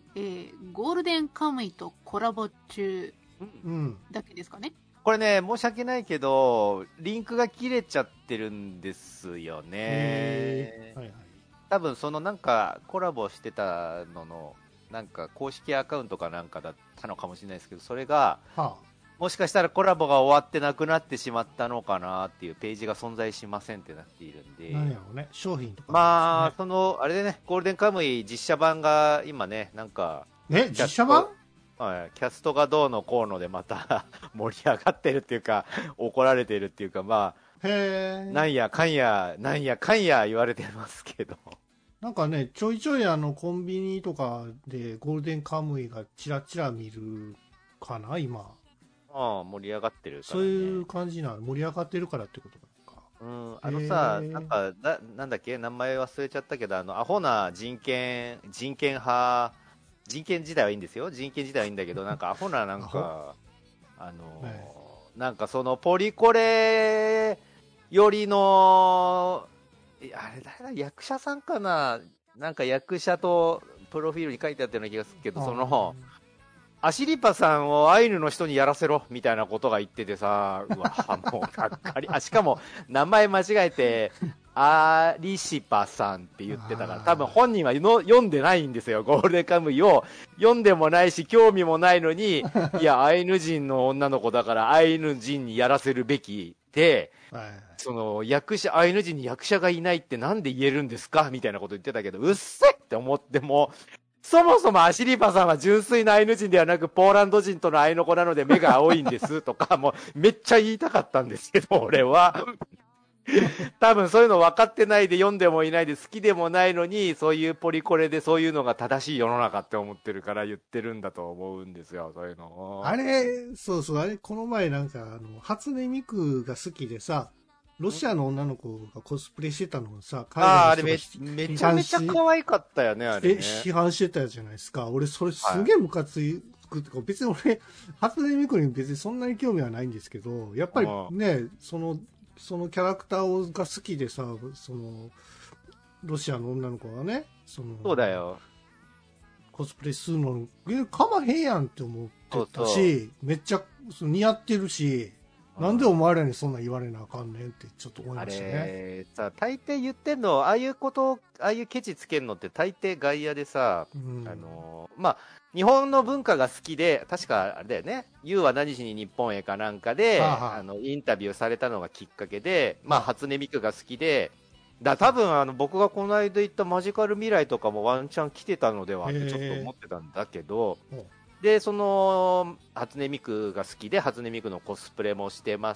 [SPEAKER 4] えー、ゴールデンカムイとコラボ中だけですかね。
[SPEAKER 3] これね、申し訳ないけど、リンクが切れちゃってるんですよね。はいはい、多分そのなんかコラボしてたのの、なんか公式アカウントかなんかだったのかもしれないですけど、それが、はあ、もしかしたらコラボが終わってなくなってしまったのかなっていうページが存在しませんってなっているんで。
[SPEAKER 2] 何やろうね、商品とか、ね。
[SPEAKER 3] まあ、その、あれでね、ゴールデンカムイ実写版が今ね、なんか。
[SPEAKER 2] え、実写版？
[SPEAKER 3] はい、キャストがどうのこうのでまた盛り上がってるっていうか、怒られてるっていうか、まあ、へー、なんやかんや、なんやかんや言われてますけど。
[SPEAKER 2] なんかね、ちょいちょいあの、コンビニとかでゴールデンカムイがチラチラ見るかな、今。
[SPEAKER 3] ああ、盛り上がってるから
[SPEAKER 2] ね。そういう感じなの、盛り上がってるからってことか。
[SPEAKER 3] うん、あのさ、なんか、な、なんだっけ、名前忘れちゃったけど、あの、アホな人権、人権派、人権自体はいいんですよ。人権自体はいいんだけど、なんかアホな、なんか、あの、ね、なんかその、ポリコレよりの、あれ誰だ、役者さんかな、なんか役者とプロフィールに書いてあったような気がするけど、その、アシリパさんをアイヌの人にやらせろみたいなことが言っててさ、うわ、もうがっかり。あ、しかも名前間違えて、アリシパさんって言ってたから、多分本人はの読んでないんですよ。ゴールデンカムイを読んでもないし、興味もないのに、いや、アイヌ人の女の子だからアイヌ人にやらせるべきで、その役者、アイヌ人に役者がいないってなんで言えるんですかみたいなこと言ってたけど、うっせって思っても、そもそもアシリパさんは純粋なアイヌ人ではなく、ポーランド人とのアイノ子なので目が青いんですとか、もうめっちゃ言いたかったんですけど、俺は。多分そういうの分かってないで読んでもいないで好きでもないのに、そういうポリコレでそういうのが正しい世の中って思ってるから言ってるんだと思うんですよ、そういうのを。
[SPEAKER 2] あれ、そうそう、あれ、この前なんか、あの、初音ミクが好きでさ、ロシアの女の子がコスプレしてたのをさ、
[SPEAKER 3] ああ、あれめ、めちゃめちゃ可愛かったよね、あれ、ね。
[SPEAKER 2] 批判してたじゃないですか。俺、それすげえムカつくってか、はい、別に俺、初音ミクに別にそんなに興味はないんですけど、やっぱりね、その、そのキャラクターが好きでさ、その、ロシアの女の子がね、その、
[SPEAKER 3] そうだよ。
[SPEAKER 2] コスプレするの、かまへんやんって思ってたし、そうそう、めっちゃ似合ってるし、なんでお前らにそんな言われなあかんねんってちょっと思いましたね。
[SPEAKER 3] あれさ、大抵言ってんの、ああいうこと、ああいうケチつけんのって大抵外野でさ、うん、あの、まあ、日本の文化が好きで、確かあれだよね、ユウは何しに日本へかなんかで、はあはあ、あの、インタビューされたのがきっかけで、まあ、初音ミクが好きで、だ多分あの僕がこの間言ったマジカル未来とかもワンチャン来てたのではってちょっと思ってたんだけど、で、その、初音ミクが好きで、初音ミクのコスプレもしてます。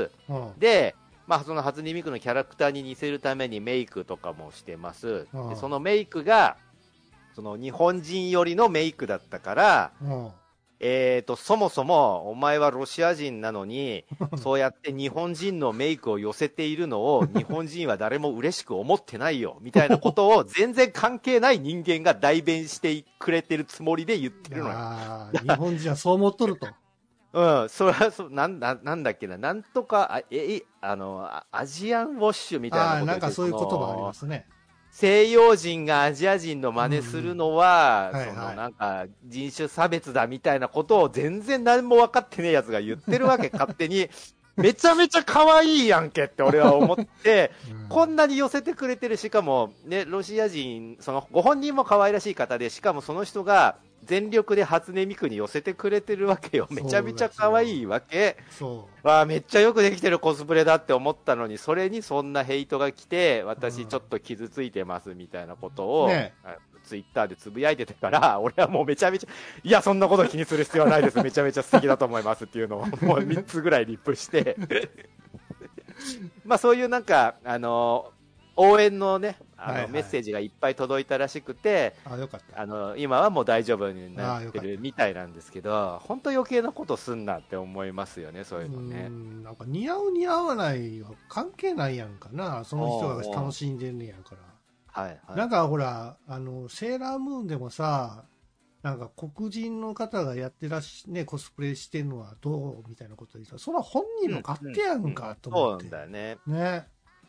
[SPEAKER 3] うん、で、まあ、その初音ミクのキャラクターに似せるためにメイクとかもしてます。うん、でそのメイクが、その日本人寄りのメイクだったから、うん、えーと、そもそも、お前はロシア人なのに、そうやって日本人のメイクを寄せているのを、日本人は誰も嬉しく思ってないよ、みたいなことを全然関係ない人間が代弁してくれてるつもりで言ってるのよ。
[SPEAKER 2] あ日本人はそう思っとると。
[SPEAKER 3] うん、それはそ、なん、ななんだっけな、なんとか、あ、え、あの、アジアンウォッシュみたいなことで。
[SPEAKER 2] あなんかそういう言葉ありますね。
[SPEAKER 3] 西洋人がアジア人の真似するのは、うんはいはい、そのなんか人種差別だみたいなことを全然何も分かってねえやつが言ってるわけ、勝手に。めちゃめちゃ可愛いやんけって俺は思って、うん、こんなに寄せてくれてる、しかもね、ロシア人、そのご本人も可愛らしい方で、しかもその人が全力で初音ミクに寄せてくれてるわけよ。めちゃめちゃ可愛いわけ。そう。わあ、めっちゃよくできてるコスプレだって思ったのに、それにそんなヘイトが来て、私ちょっと傷ついてますみたいなことを、ね、ツイッターでつぶやいてたから、俺はもうめちゃめちゃ、いや、そんなこと気にする必要はないです。めちゃめちゃ素敵だと思いますっていうのを、もうみっつぐらいリップして、まあそういうなんか、あの、応援のね、あの、はいはい、メッセージがいっぱい届いたらしくて、
[SPEAKER 2] あ、よかった。
[SPEAKER 3] あの、今はもう大丈夫になってるみたいなんですけど、本当余計なことすんなって思いますよね、そういうのね。
[SPEAKER 2] うんなんか似合う似合わないは関係ないやんかな、その人が楽しんでんねやから。はいはい。なんかほら、あの、セーラームーンでもさ、なんか黒人の方がやってらっしね、コスプレしてるのはどうみたいなこと言ったら、それは本人の勝手やんか、と思って。
[SPEAKER 3] うんうん、そうなんだよね。
[SPEAKER 2] ね。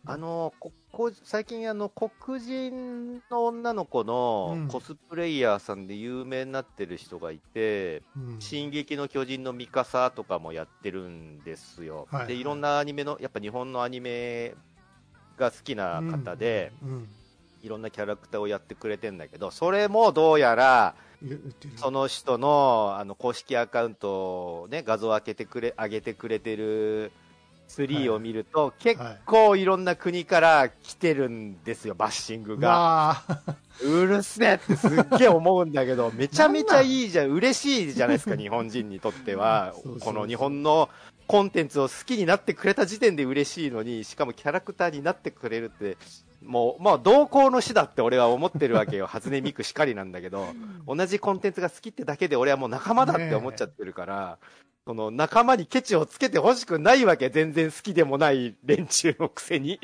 [SPEAKER 3] あのここ最近あの黒人の女の子のコスプレイヤーさんで有名になってる人がいて、うん、進撃の巨人のミカサとかもやってるんですよ、はいはい、でいろんなアニメのやっぱ日本のアニメが好きな方で、うんうん、いろんなキャラクターをやってくれてんだけど、それもどうやらその人のあの公式アカウントをね画像を上げてくれ上げてくれてるスリーを見ると、はい、結構いろんな国から来てるんですよ、バッシングが。うるせえってすっげえ思うんだけど、めちゃめちゃいいじゃん、嬉しいじゃないですか、日本人にとっては。そうそうそう、この日本のコンテンツを好きになってくれた時点で嬉しいのに、しかもキャラクターになってくれるって、もう、まあ、同行の死だって俺は思ってるわけよ。初音ミクしかりなんだけど、同じコンテンツが好きってだけで俺はもう仲間だって思っちゃってるから、その仲間にケチをつけてほしくないわけ、全然好きでもない連中のくせに。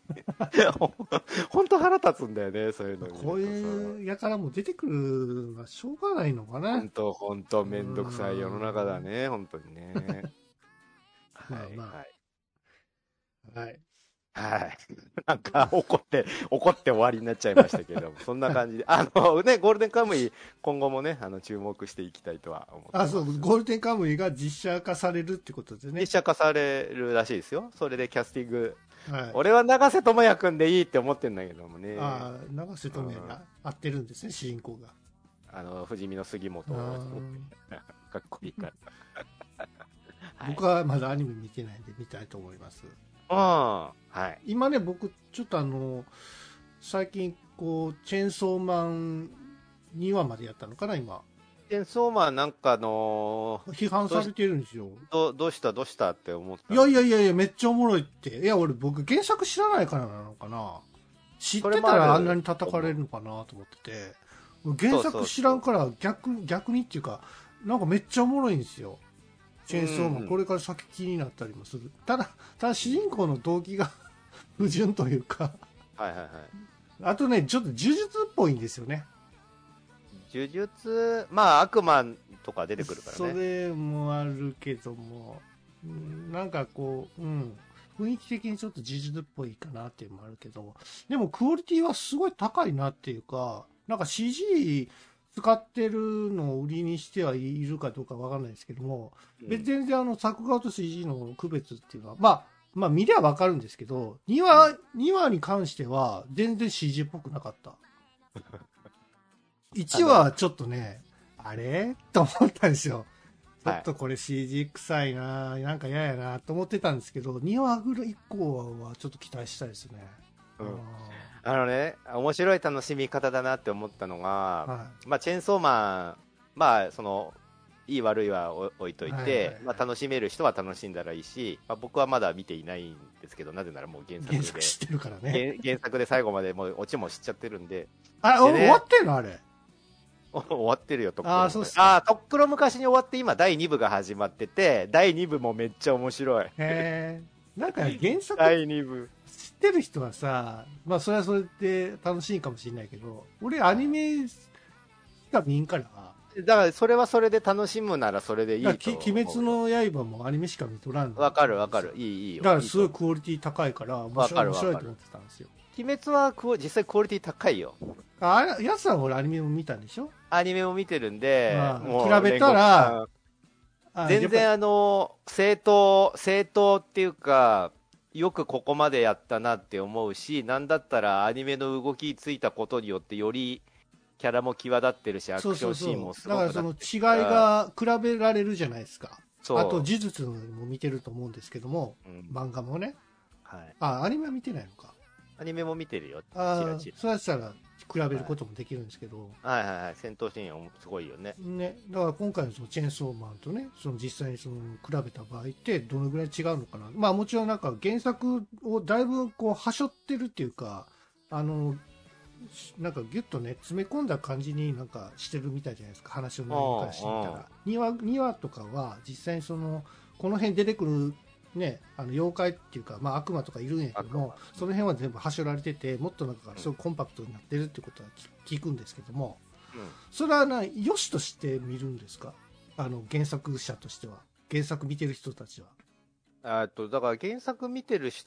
[SPEAKER 3] 本当腹立つんだよね、そういうの。
[SPEAKER 2] こういうやからも出てくるのはしょうがないのかな。
[SPEAKER 3] 本当本当めんどくさい世の中だね、本当にね。はい、まあ、はい。はい。なんか怒って、怒って終わりになっちゃいましたけども、そんな感じで。あのね、ゴールデンカムイ、今後もね、あの、注目していきたいとは思ってます。
[SPEAKER 2] あ、そう、ゴールデンカムイが実写化されるってことですね。
[SPEAKER 3] 実写化されるらしいですよ。それでキャスティング。はい、俺は永瀬智也くんでいいって思ってんだけどもね。
[SPEAKER 2] ああ、永瀬智也が合ってるんですね、主人公が。
[SPEAKER 3] あの、不死身の杉本かっこいいから。
[SPEAKER 2] 僕はまだアニメ見てないんで見たいと思います。
[SPEAKER 3] ああ、はい。
[SPEAKER 2] 今ね、僕、ちょっとあの、最近、こう、チェーンソーマンにわまでやったのかな、今。
[SPEAKER 3] チェーンソーマンなんかの
[SPEAKER 2] 批判されてるんですよ。
[SPEAKER 3] どどうしたどうしたって思った。
[SPEAKER 2] いやいやいやいや、めっちゃおもろいって。いや、俺、僕、原作知らないからなのかな。知ってたらあんなに叩かれるのかなと思ってて。原作知らんから逆、逆にっていうか、なんかめっちゃおもろいんですよ。チェーンソーマン、これから先気になったりもする。ただ、ただ主人公の動機が不純というか
[SPEAKER 3] はいはいはい。
[SPEAKER 2] あとね、ちょっと呪術っぽいんですよね。
[SPEAKER 3] 呪術、まあ悪魔とか出てくるからね。
[SPEAKER 2] それもあるけども、なんかこう、うん、雰囲気的にちょっと呪術っぽいかなっていうのもあるけど、でもクオリティはすごい高いなっていうか、なんか シージー使ってるのを売りにしてはいるかどうかわかんないですけども、うん、別に全然あの作画と シージー の区別っていうのは、まあ、まあ見りゃわかるんですけど、にわ、にわに関しては全然 シージー っぽくなかった。いちわはちょっとね、あれと思ったんですよ。ちょっとこれ シージー 臭いな、なんか嫌やなと思ってたんですけど、にわぐらい以降はちょっと期待したいですね。
[SPEAKER 3] うん、あのね、面白い楽しみ方だなって思ったのが、はい、まあチェーンソーマン、まあそのいい悪いは置いといて、はいはいはい、まあ楽しめる人は楽しんだらいいし、まあ、僕はまだ見ていないんですけど、なぜならもう原作で
[SPEAKER 2] 原作知ってるからね。
[SPEAKER 3] 原作で最後までもうオチも知っちゃってるんで。
[SPEAKER 2] あ、ね、終わってんのあれ。
[SPEAKER 3] 終わってるよ、とっくろ。あ、そうっすか。あ、とっくろ昔に終わって今だいにぶが始まってて、だいにぶもめっちゃ面白い。へ
[SPEAKER 2] え。なんか原作
[SPEAKER 3] だいにぶ
[SPEAKER 2] 知ってる人はさ、まあそれはそれで楽しいかもしれないけど、俺アニメしか見んから。
[SPEAKER 3] だからそれはそれで楽しむならそれでいいと思う。
[SPEAKER 2] 鬼滅の刃もアニメしか見とらんの。
[SPEAKER 3] わかるわかる。いいいいよ。
[SPEAKER 2] だからすごいクオリティ高いから面白い面白いと思ってたんですよ。
[SPEAKER 3] 鬼滅は実際クオリティ高いよ。
[SPEAKER 2] あ、やつは俺アニメも見たんでしょ？
[SPEAKER 3] アニメも見てるんで、
[SPEAKER 2] まあ、もう比べたら
[SPEAKER 3] 全然あの正当正当っていうか。よくここまでやったなって思うし、なんだったらアニメの動きついたことによってよりキャラも際立ってるし、アクションシーンもすごくなってる。
[SPEAKER 2] だからその違いが比べられるじゃないですか。あと呪術も見てると思うんですけども、うん、漫画もね、はい、あ、アニメは見てないのか。
[SPEAKER 3] アニメも見てるよ。
[SPEAKER 2] ああ、そうやったら比べることもできるんですけど、
[SPEAKER 3] はい、はいはいはい、戦闘シーンすごいよね。
[SPEAKER 2] ね、だから今回のそのチェーンソーマンとね、その実際にその比べた場合ってどのぐらい違うのかな。まあもちろんなんか原作をだいぶこうはしょってるっていうか、あのなんかギュッとね詰め込んだ感じになんかしてるみたいじゃないですか、話の内容からしてみたら。にわにわとかは実際にそのこの辺出てくるね、あの妖怪っていうか、まあ、悪魔とかいるんやけども、その辺は全部はしょられてて、もっとなんかすごいコンパクトになってるってことは聞くんですけども、うん、それはな良しとして見るんですか、あの原作者としては、原作見てる人たちは。
[SPEAKER 3] あとだから原作見てる人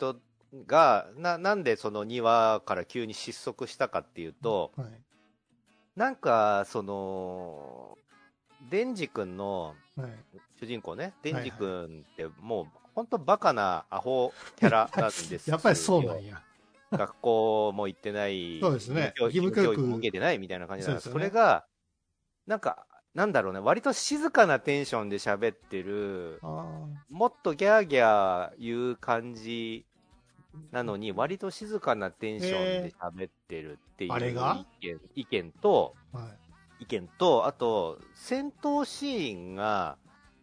[SPEAKER 3] が、な、なんでそのにわから急に失速したかっていうと、
[SPEAKER 2] はい。
[SPEAKER 3] なんか、その、デンジ君の
[SPEAKER 2] はい。
[SPEAKER 3] 主人公ね、デンジ
[SPEAKER 2] はいはい
[SPEAKER 3] 君ってもう、本当バカなアホキャラなんですよ。
[SPEAKER 2] やっぱりそうなんや。
[SPEAKER 3] 学校も行ってない、
[SPEAKER 2] そうですね
[SPEAKER 3] 義務教育
[SPEAKER 2] 義務教育
[SPEAKER 3] も受けてないみたいな感じなんです。
[SPEAKER 2] そうですよね
[SPEAKER 3] それが、なんか、なんだろうね、割と静かなテンションで喋ってる、
[SPEAKER 2] あ
[SPEAKER 3] もっとギャーギャー言う感じなのに、割と静かなテンションで喋ってるっていう
[SPEAKER 2] あれが
[SPEAKER 3] 意見意見と、
[SPEAKER 2] あ。はい。
[SPEAKER 3] 意見と、あと、戦闘シーンが、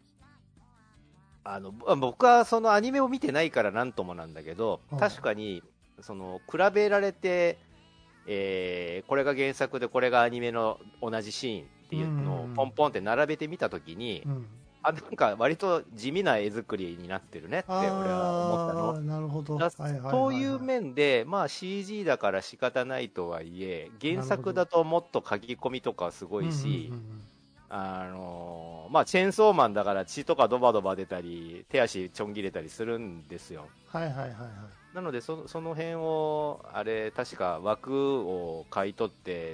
[SPEAKER 3] あの、僕はそのアニメを見てないからなんともなんだけど、
[SPEAKER 2] はい
[SPEAKER 3] 確かに、その、比べられて、えーこれが原作でこれがアニメの同じシーンっていうのをポンポンって並べてみたときに、
[SPEAKER 2] うん。
[SPEAKER 3] あ、なんか割と地味な絵作りになってるねって俺は思ったの。
[SPEAKER 2] ああ、なるほど。
[SPEAKER 3] だ
[SPEAKER 2] はいはいはいはい
[SPEAKER 3] そういう面で、まあ シージー だから仕方ないとはいえ、原作だともっと書き込みとかすごいし、
[SPEAKER 2] うんうんうん
[SPEAKER 3] あのーまあチェーンソーマンだから血とかドバドバ出たり、手足ちょん切れたりするんですよ。
[SPEAKER 2] はいはいはいはい。
[SPEAKER 3] なのでそ、その辺を、あれ、確か枠を買い取って、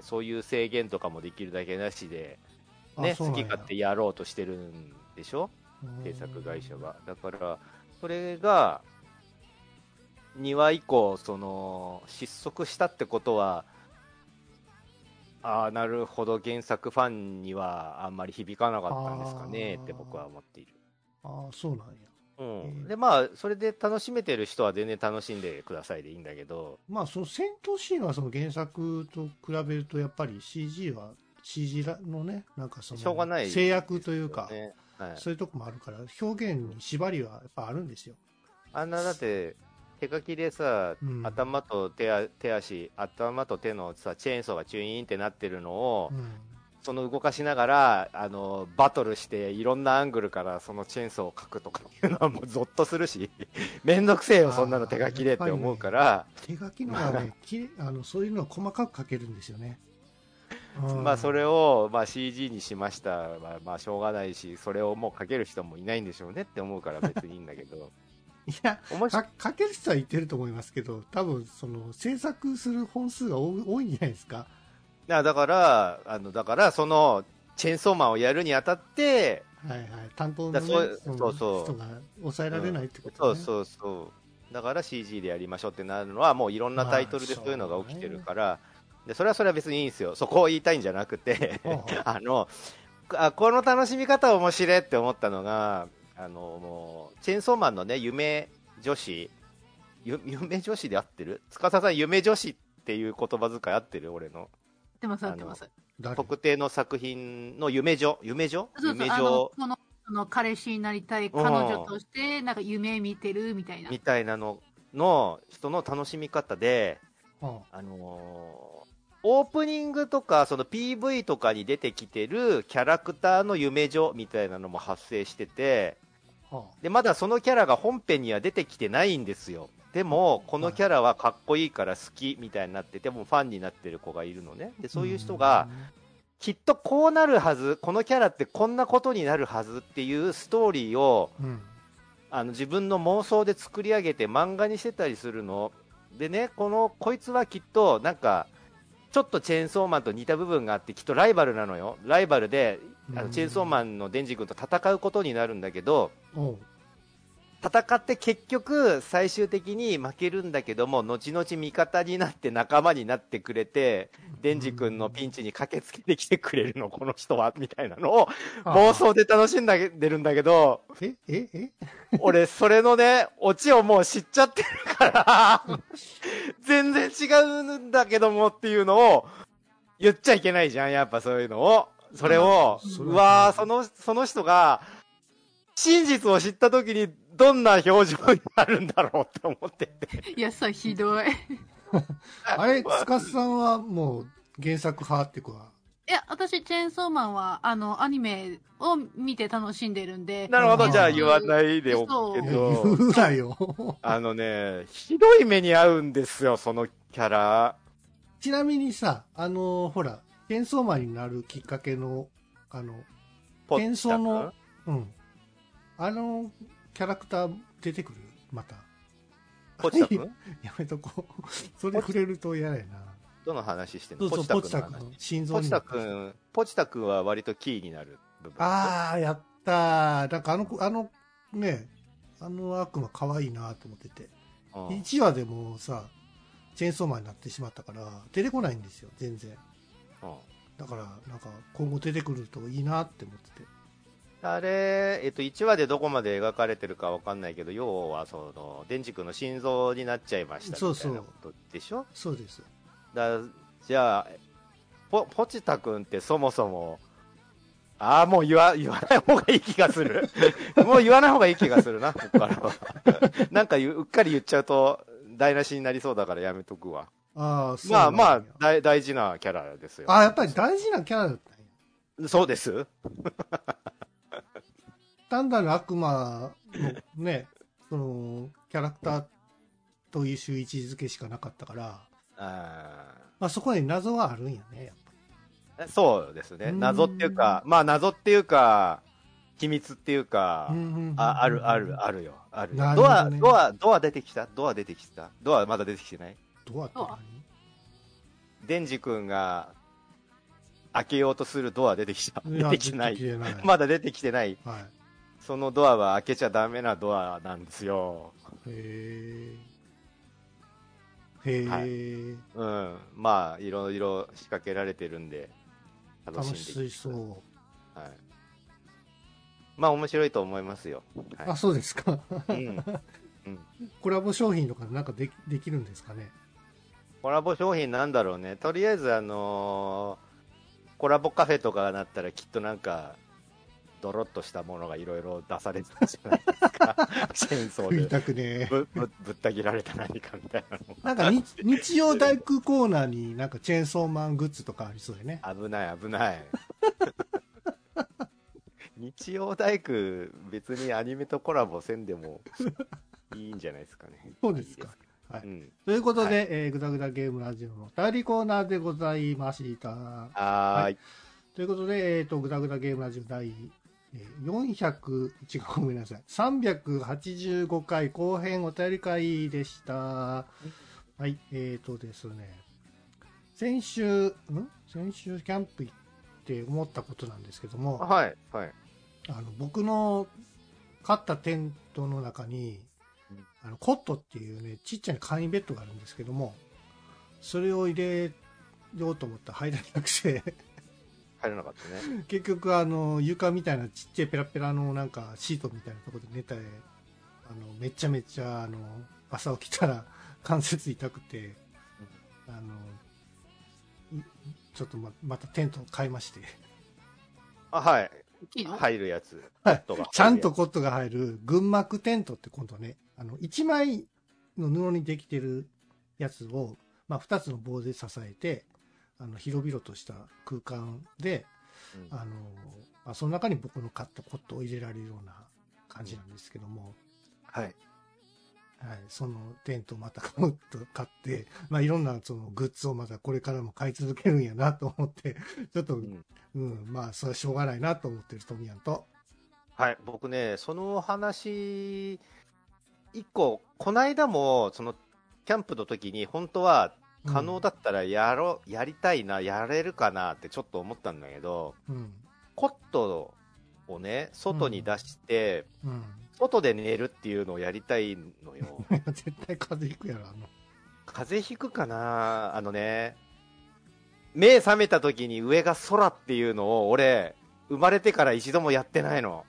[SPEAKER 3] そういう制限とかもできるだけなしで、ね、好き
[SPEAKER 2] あそうなんや
[SPEAKER 3] 勝手やろうとしてるんでしょ
[SPEAKER 2] うん
[SPEAKER 3] 制作会社が。だから、それが、にわ以降、その、失速したってことは、ああ、なるほど、原作ファンにはあんまり響かなかったんですかねって僕は思っている。
[SPEAKER 2] ああ、そうなんや。
[SPEAKER 3] うん。で、まあ、それで楽しめてる人は全然楽しんでくださいでいいんだけど、
[SPEAKER 2] まあ、その戦闘シーンはその原作と比べると、やっぱり シージー は シージー のね、なんかその
[SPEAKER 3] しょうがない
[SPEAKER 2] 制約というか、
[SPEAKER 3] ね、はい、
[SPEAKER 2] そういうとこもあるから、表現に縛りはやっぱあるんですよ。
[SPEAKER 3] あんなだって手書きでさ、
[SPEAKER 2] うん
[SPEAKER 3] 頭と手あ手足頭と手のさチェーンソーがチュイーンってなってるのを、
[SPEAKER 2] うん。
[SPEAKER 3] その動かしながらあのバトルしていろんなアングルからそのチェーンソーを書くとかいうのはもうゾッとするしめんどくせえよそんなの手書きでって思うから、
[SPEAKER 2] 手書きのがね、きれあのそういうのは細かく書けるんですよね。うん
[SPEAKER 3] まあそれを、まあ、シージー にしました、まあ、まあしょうがないしそれをもう書ける人もいないんでしょうねって思うから別にいいんだけど
[SPEAKER 2] いや、
[SPEAKER 3] 面白い
[SPEAKER 2] か書ける人は言ってると思いますけど、多分その制作する本数が多い多いんじゃないですか。
[SPEAKER 3] だだからあのだからそのチェーンソーマンをやるにあたって
[SPEAKER 2] はいはい、担当の、ね、
[SPEAKER 3] だそう
[SPEAKER 2] その
[SPEAKER 3] そうそう
[SPEAKER 2] 人が抑えられないってことね。
[SPEAKER 3] そうそうそうだから シージー でやりましょうってなるのはもういろんなタイトルでそういうのが起きてるから、でそれはそれは別にいいんですよそこを言いたいんじゃなくてあのあこの楽しみ方面白いって思ったのがあのもうチェーンソーマンのね夢女子ゆ夢女子で合ってる司さん夢女子っていう言葉遣い合ってる俺の
[SPEAKER 4] 合ってます、合ってます。
[SPEAKER 2] 誰
[SPEAKER 3] 特定の作品の夢女夢女
[SPEAKER 4] そうそう、
[SPEAKER 3] 夢
[SPEAKER 4] あの、
[SPEAKER 3] 女
[SPEAKER 4] この、その彼氏になりたい彼女として、なんか夢見てるみたいな。
[SPEAKER 3] みたいなのの人の楽しみ方で、
[SPEAKER 2] は
[SPEAKER 3] あのーオープニングとかその ピーブイ とかに出てきてるキャラクターの夢女みたいなのも発生してて、
[SPEAKER 2] あは
[SPEAKER 3] でまだそのキャラが本編には出てきてないんですよ。でもこのキャラはかっこいいから好きみたいになっててもファンになってる子がいるのね。でそういう人がきっとこうなるはず、このキャラってこんなことになるはずっていうストーリーを
[SPEAKER 2] うん、うん
[SPEAKER 3] あの自分の妄想で作り上げて漫画にしてたりするのでね、このこいつはきっとなんかちょっとチェーンソーマンと似た部分があってきっとライバルなのよ。ライバルであのチェーンソーマンのデンジ君と戦うことになるんだけど、
[SPEAKER 2] おう
[SPEAKER 3] 戦って結局最終的に負けるんだけども後々味方になって仲間になってくれてデンジ君のピンチに駆けつけてきてくれるのこの人はみたいなのを妄想で楽しんでるんだけど、
[SPEAKER 2] えええ
[SPEAKER 3] 俺それのねオチをもう知っちゃってるから全然違うんだけどもっていうのを言っちゃいけないじゃんやっぱそういうのをそれを
[SPEAKER 2] うん
[SPEAKER 3] うわーそのその人が真実を知った時にどんな表情になるんだろうって思ってて。
[SPEAKER 4] いやさ、ひどい。
[SPEAKER 2] あれ、つかさんはもう原作派って子は。
[SPEAKER 4] いや、私、チェーンソーマンは、あの、アニメを見て楽しんでるんで。
[SPEAKER 3] なるほど、
[SPEAKER 2] あー
[SPEAKER 3] じゃあ言わないでお
[SPEAKER 4] そう
[SPEAKER 3] くけ
[SPEAKER 2] 言
[SPEAKER 3] ど、
[SPEAKER 2] うなよ。
[SPEAKER 3] あのね、ひどい目に遭うんですよ、そのキャラ。
[SPEAKER 2] ちなみにさ、あの、ほら、チェーンソーマンになるきっかけの、あの、
[SPEAKER 3] ポッ
[SPEAKER 2] 転送の
[SPEAKER 3] チャ、
[SPEAKER 2] うん。あの、キャラクター出てくるまた。
[SPEAKER 3] ポチタ君
[SPEAKER 2] やめとこう。それ触れると嫌やな。
[SPEAKER 3] どの話してんの？
[SPEAKER 2] そうそう、ポチタ君の心臓に。
[SPEAKER 3] ポチタ君、ポチタ君は割とキーになる部分。
[SPEAKER 2] ああ、やったー。なんかあの、あの、ね、あの悪魔可愛いなと思ってて。うん、いちわでもさ、チェーンソーマンになってしまったから、出てこないんですよ、全然。うん、だから、なんか、今後出てくるといいなって思ってて。
[SPEAKER 3] あれ、えっと、いちわでどこまで描かれてるかわかんないけど、要は、その、デンジ君の心臓になっちゃいましたみたいなことでしょ？
[SPEAKER 2] そうです。
[SPEAKER 3] だじゃあポ、ポチタ君ってそもそも、ああ、もう言わ、言わない方がいい気がする。もう言わない方がいい気がするな、ここからは。なんかうっかり言っちゃうと、台無しになりそうだからやめとくわ。
[SPEAKER 2] ああ、そう
[SPEAKER 3] まあまあ大、大事なキャラですよ。
[SPEAKER 2] ああ、やっぱり大事なキャラだったん
[SPEAKER 3] や。そうです。
[SPEAKER 2] 単なる悪魔のね、その、キャラクターという位置づけしかなかったから、あまあそこに謎はあるんやね、やっ
[SPEAKER 3] ぱり。そうですね。謎っていうか、まあ謎っていうか、秘密っていうか、あ、あるあるあるよ。ある。ドア、ドア、ドア出てきた？ドア出てきた？ドアまだ出てきてない？
[SPEAKER 2] ドアって何？
[SPEAKER 3] デンジ君が開けようとするドア出てきた？出てきてない。まだ出てきてない。はい。そのドアは開けちゃダメなドアなんですよ。へー。へー。はい、うん。まあ、いろいろ仕掛けられてるんで、楽しんでい
[SPEAKER 2] 楽しそう。はい。
[SPEAKER 3] まあ、面白いと思いますよ。
[SPEAKER 2] はい、あ、そうですか。うん。うん、コラボ商品とかなんかでき、できるんですかね。
[SPEAKER 3] コラボ商品なんだろうね。とりあえず、あのー、コラボカフェとかなったらきっとなんか、ドロッとしたものがいろいろ出されてたじゃないですか。チェーンソーで
[SPEAKER 2] たくね
[SPEAKER 3] ぶぶぶった切られた何かみたいなの
[SPEAKER 2] なんか日日曜大工コーナーになんかチェーンソーマングッズとかありそうでね。
[SPEAKER 3] 危ない危ない日曜大工別にアニメとコラボせんでもいいんじゃないですかね。
[SPEAKER 2] そうですか。はい、うん、ということで、はい、えー、ぐだぐだゲームラジオのお便りコーナーでございました。
[SPEAKER 3] はーい、はい、
[SPEAKER 2] ということで、えっ、ー、とぐだぐだゲームラジオ第よんひゃく、違う、ごめんなさい。さんびゃくはちじゅうごかい後編お便り会でした。はい、えーとですね。先週、ん先週キャンプ行って思ったことなんですけども、
[SPEAKER 3] はい、はい。
[SPEAKER 2] あの、僕の買ったテントの中に、あのコットっていうね、ちっちゃな簡易ベッドがあるんですけども、それを入れようと思ったら入らなくて、
[SPEAKER 3] 入らなかったね。
[SPEAKER 2] 結局あの床みたいなちっちゃいペラペラのなんかシートみたいなところで寝たら、あのめちゃめちゃあの朝起きたら関節痛くて、あのちょっと ま, またテントを買いまして、
[SPEAKER 3] あ、はい、入るやつ、
[SPEAKER 2] はい、ちゃんとコットが入る群幕テントって今度ね、あのいちまいの布にできてるやつを、まあ、ふたつの棒で支えて、あの広々とした空間で、うん、あのまあ、その中に僕の買ったコットを入れられるような感じなんですけども、
[SPEAKER 3] うん、はい、
[SPEAKER 2] はい、そのテントをまた買って、まあ、いろんなそのグッズをまたこれからも買い続けるんやなと思ってちょっと、うんうん、まあそれはしょうがないなと思ってるトミヤンと、
[SPEAKER 3] はい、僕ねその話一個この間もそのキャンプの時に本当は可能だったらやろ、うん、やりたいな、やれるかなってちょっと思ったんだけど、うん、コットをね外に出して、うんうん、外で寝るっていうのをやりたいのよ。
[SPEAKER 2] 絶対風邪ひくやろ。あの
[SPEAKER 3] 風邪ひくかな。あのね、目覚めた時に上が空っていうのを俺生まれてから一度もやってないの。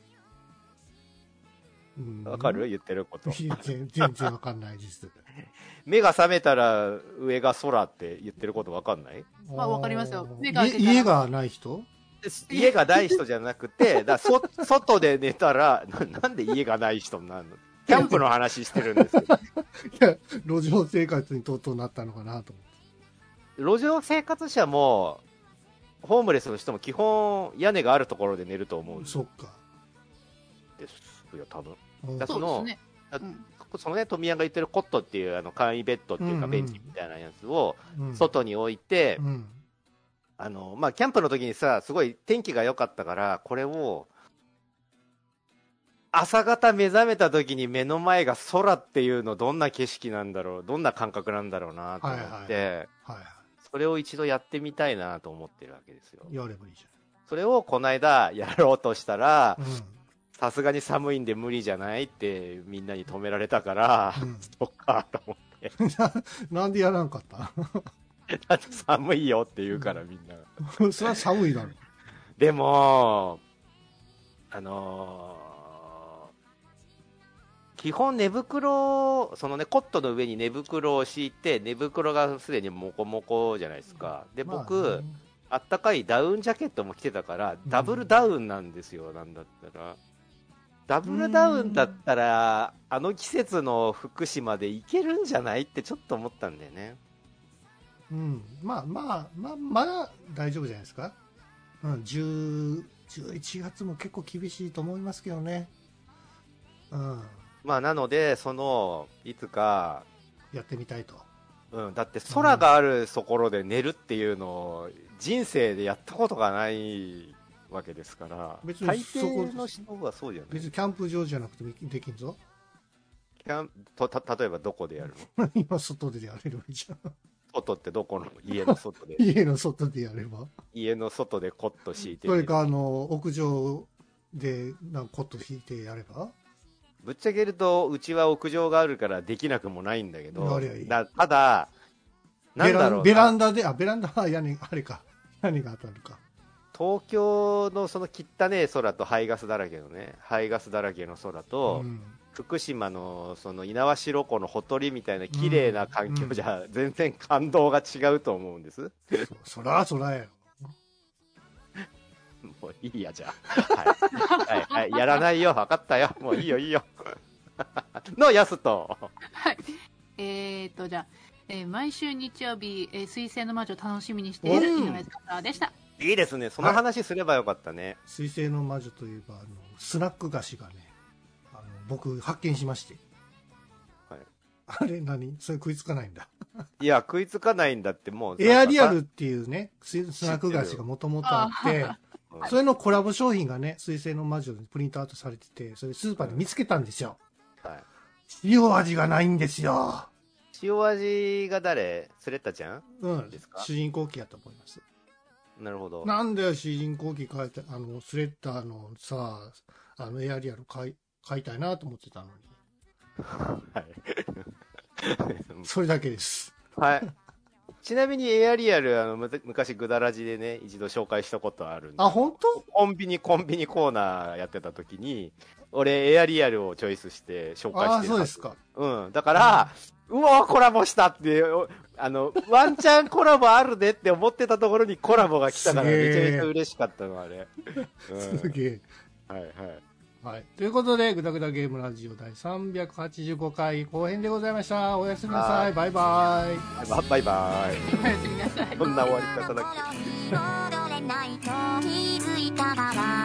[SPEAKER 3] わかる？言ってること。
[SPEAKER 2] 全然、全然わかんないです。
[SPEAKER 3] 目が覚めたら上が空って言ってることわかんない？
[SPEAKER 4] まあわかりますよ。
[SPEAKER 2] 目が家がない人？
[SPEAKER 3] 家がない人じゃなくて、だそ外で寝たらな、なんで家がない人になるの？キャンプの話してるんですけど。い
[SPEAKER 2] や、路上生活にとうとうなったのかなと思って。
[SPEAKER 3] 路上生活者も、ホームレスの人も基本屋根があるところで寝ると思う。
[SPEAKER 2] そっか。
[SPEAKER 3] ですよ、多分。だその、ね、うん、そのね、富谷が言ってるコットっていうあの簡易ベッドっていうかベンチみたいなやつを外に置いて、うんうん、あの、まあ、キャンプの時にさ、すごい天気が良かったから、これを、 朝方目覚めた時に目の前が空っていうのどんな景色なんだろう、どんな感覚なんだろうなと思って、はいはいはい、それを一度やってみたいなと思ってるわけですよ。
[SPEAKER 2] やればいいじゃん。
[SPEAKER 3] それをこの間やろうとしたら、さすがに寒いんで無理じゃないってみんなに止められたから、うん、そっかと思って
[SPEAKER 2] な。なんでやらんかった
[SPEAKER 3] だって寒いよって言うからみんな。
[SPEAKER 2] それは寒いだろ。
[SPEAKER 3] でも、あのー、基本寝袋、そのね、コットの上に寝袋を敷いて、寝袋がすでにモコモコじゃないですか。で、僕、まあね、あったかいダウンジャケットも着てたから、ダブルダウンなんですよ、うん、なんだったら。ダブルダウンだったら、あの季節の福島でいけるんじゃないってちょっと思ったんだよね。
[SPEAKER 2] うん、まあまあ、まあ、まだ大丈夫じゃないですか。うん、じゅう、じゅういちがつも結構厳しいと思いますけどね。うん。
[SPEAKER 3] まあ、なので、その、いつか、
[SPEAKER 2] やってみたいと。
[SPEAKER 3] うん、だって空があるところで寝るっていうのを、人生でやったことがないわけですから、別に大抵の人はそうじゃない。
[SPEAKER 2] 別にキャンプ場じゃなくてもできんぞ。
[SPEAKER 3] キャンとた例えばどこでやるの？
[SPEAKER 2] 今外でやれればいいじゃん。
[SPEAKER 3] 外ってどこの？家の外で。
[SPEAKER 2] 家の外でやれば。
[SPEAKER 3] 家の外でコット敷いて。
[SPEAKER 2] それかあの屋上でなんかコット敷いてやれば。
[SPEAKER 3] ぶっちゃけるとうちは屋上があるからできなくもないんだけど。
[SPEAKER 2] あれいい
[SPEAKER 3] だただなんだろう。
[SPEAKER 2] ベランダであベランダは屋根あれか屋根が当たるか。
[SPEAKER 3] 東京のその汚ねえ空と排ガスだらけのね排ガスだらけの空と、うん、福島のその猪苗代湖のほとりみたいな綺麗な環境じゃ全然感動が違うと思うんです、うん、
[SPEAKER 2] そらそらよ
[SPEAKER 3] もういいやじゃあはい、はいはい、やらないよ分かったよもういいよいいよのやすと
[SPEAKER 4] はいえー、っとじゃあ、えー、毎週日曜日水、えー、星の魔女楽しみにしている井上さんでした。
[SPEAKER 3] いいですね。その話すればよかったね。
[SPEAKER 2] 水星の魔女といえばあのスナック菓子がねあの僕発見しまして、はい、あれ何それ食いつかないんだ
[SPEAKER 3] いや食いつかないんだってもう
[SPEAKER 2] エアリアルっていうねスナック菓子がもともとあってそれのコラボ商品がね水星の魔女にプリントアウトされててそれスーパーで見つけたんですよ、はい、塩味がないんですよ。
[SPEAKER 3] 塩味が誰？スレッタちゃん、
[SPEAKER 2] うん、ですか？主人公機やと思います。
[SPEAKER 3] なるほど。
[SPEAKER 2] なんで主人公機変えてあのスレッタのさあのエアリアル買い買いたいなと思ってたのにはいそれだけです。
[SPEAKER 3] はいちなみにエアリアルあの昔グダラジでね一度紹介したことあるんで。
[SPEAKER 2] あ本当？
[SPEAKER 3] コンビニコンビニコーナーやってた時に俺エアリアルをチョイスして紹介してる。
[SPEAKER 2] あそうですか。
[SPEAKER 3] うんだから、うん、うわコラボしたってあのワンチャンコラボあるでって思ってたところにコラボが来たからめちゃめちゃ嬉しかったのあれ、
[SPEAKER 2] うん、すげえ
[SPEAKER 3] はいはい
[SPEAKER 2] はい、ということでグダグダゲームラジオ第さんびゃくはちじゅうごかい後編でございました。おやすみなさい。バイバイ
[SPEAKER 3] バイバイバイ
[SPEAKER 4] おやすみなさい。
[SPEAKER 3] こんな終わり方だっけ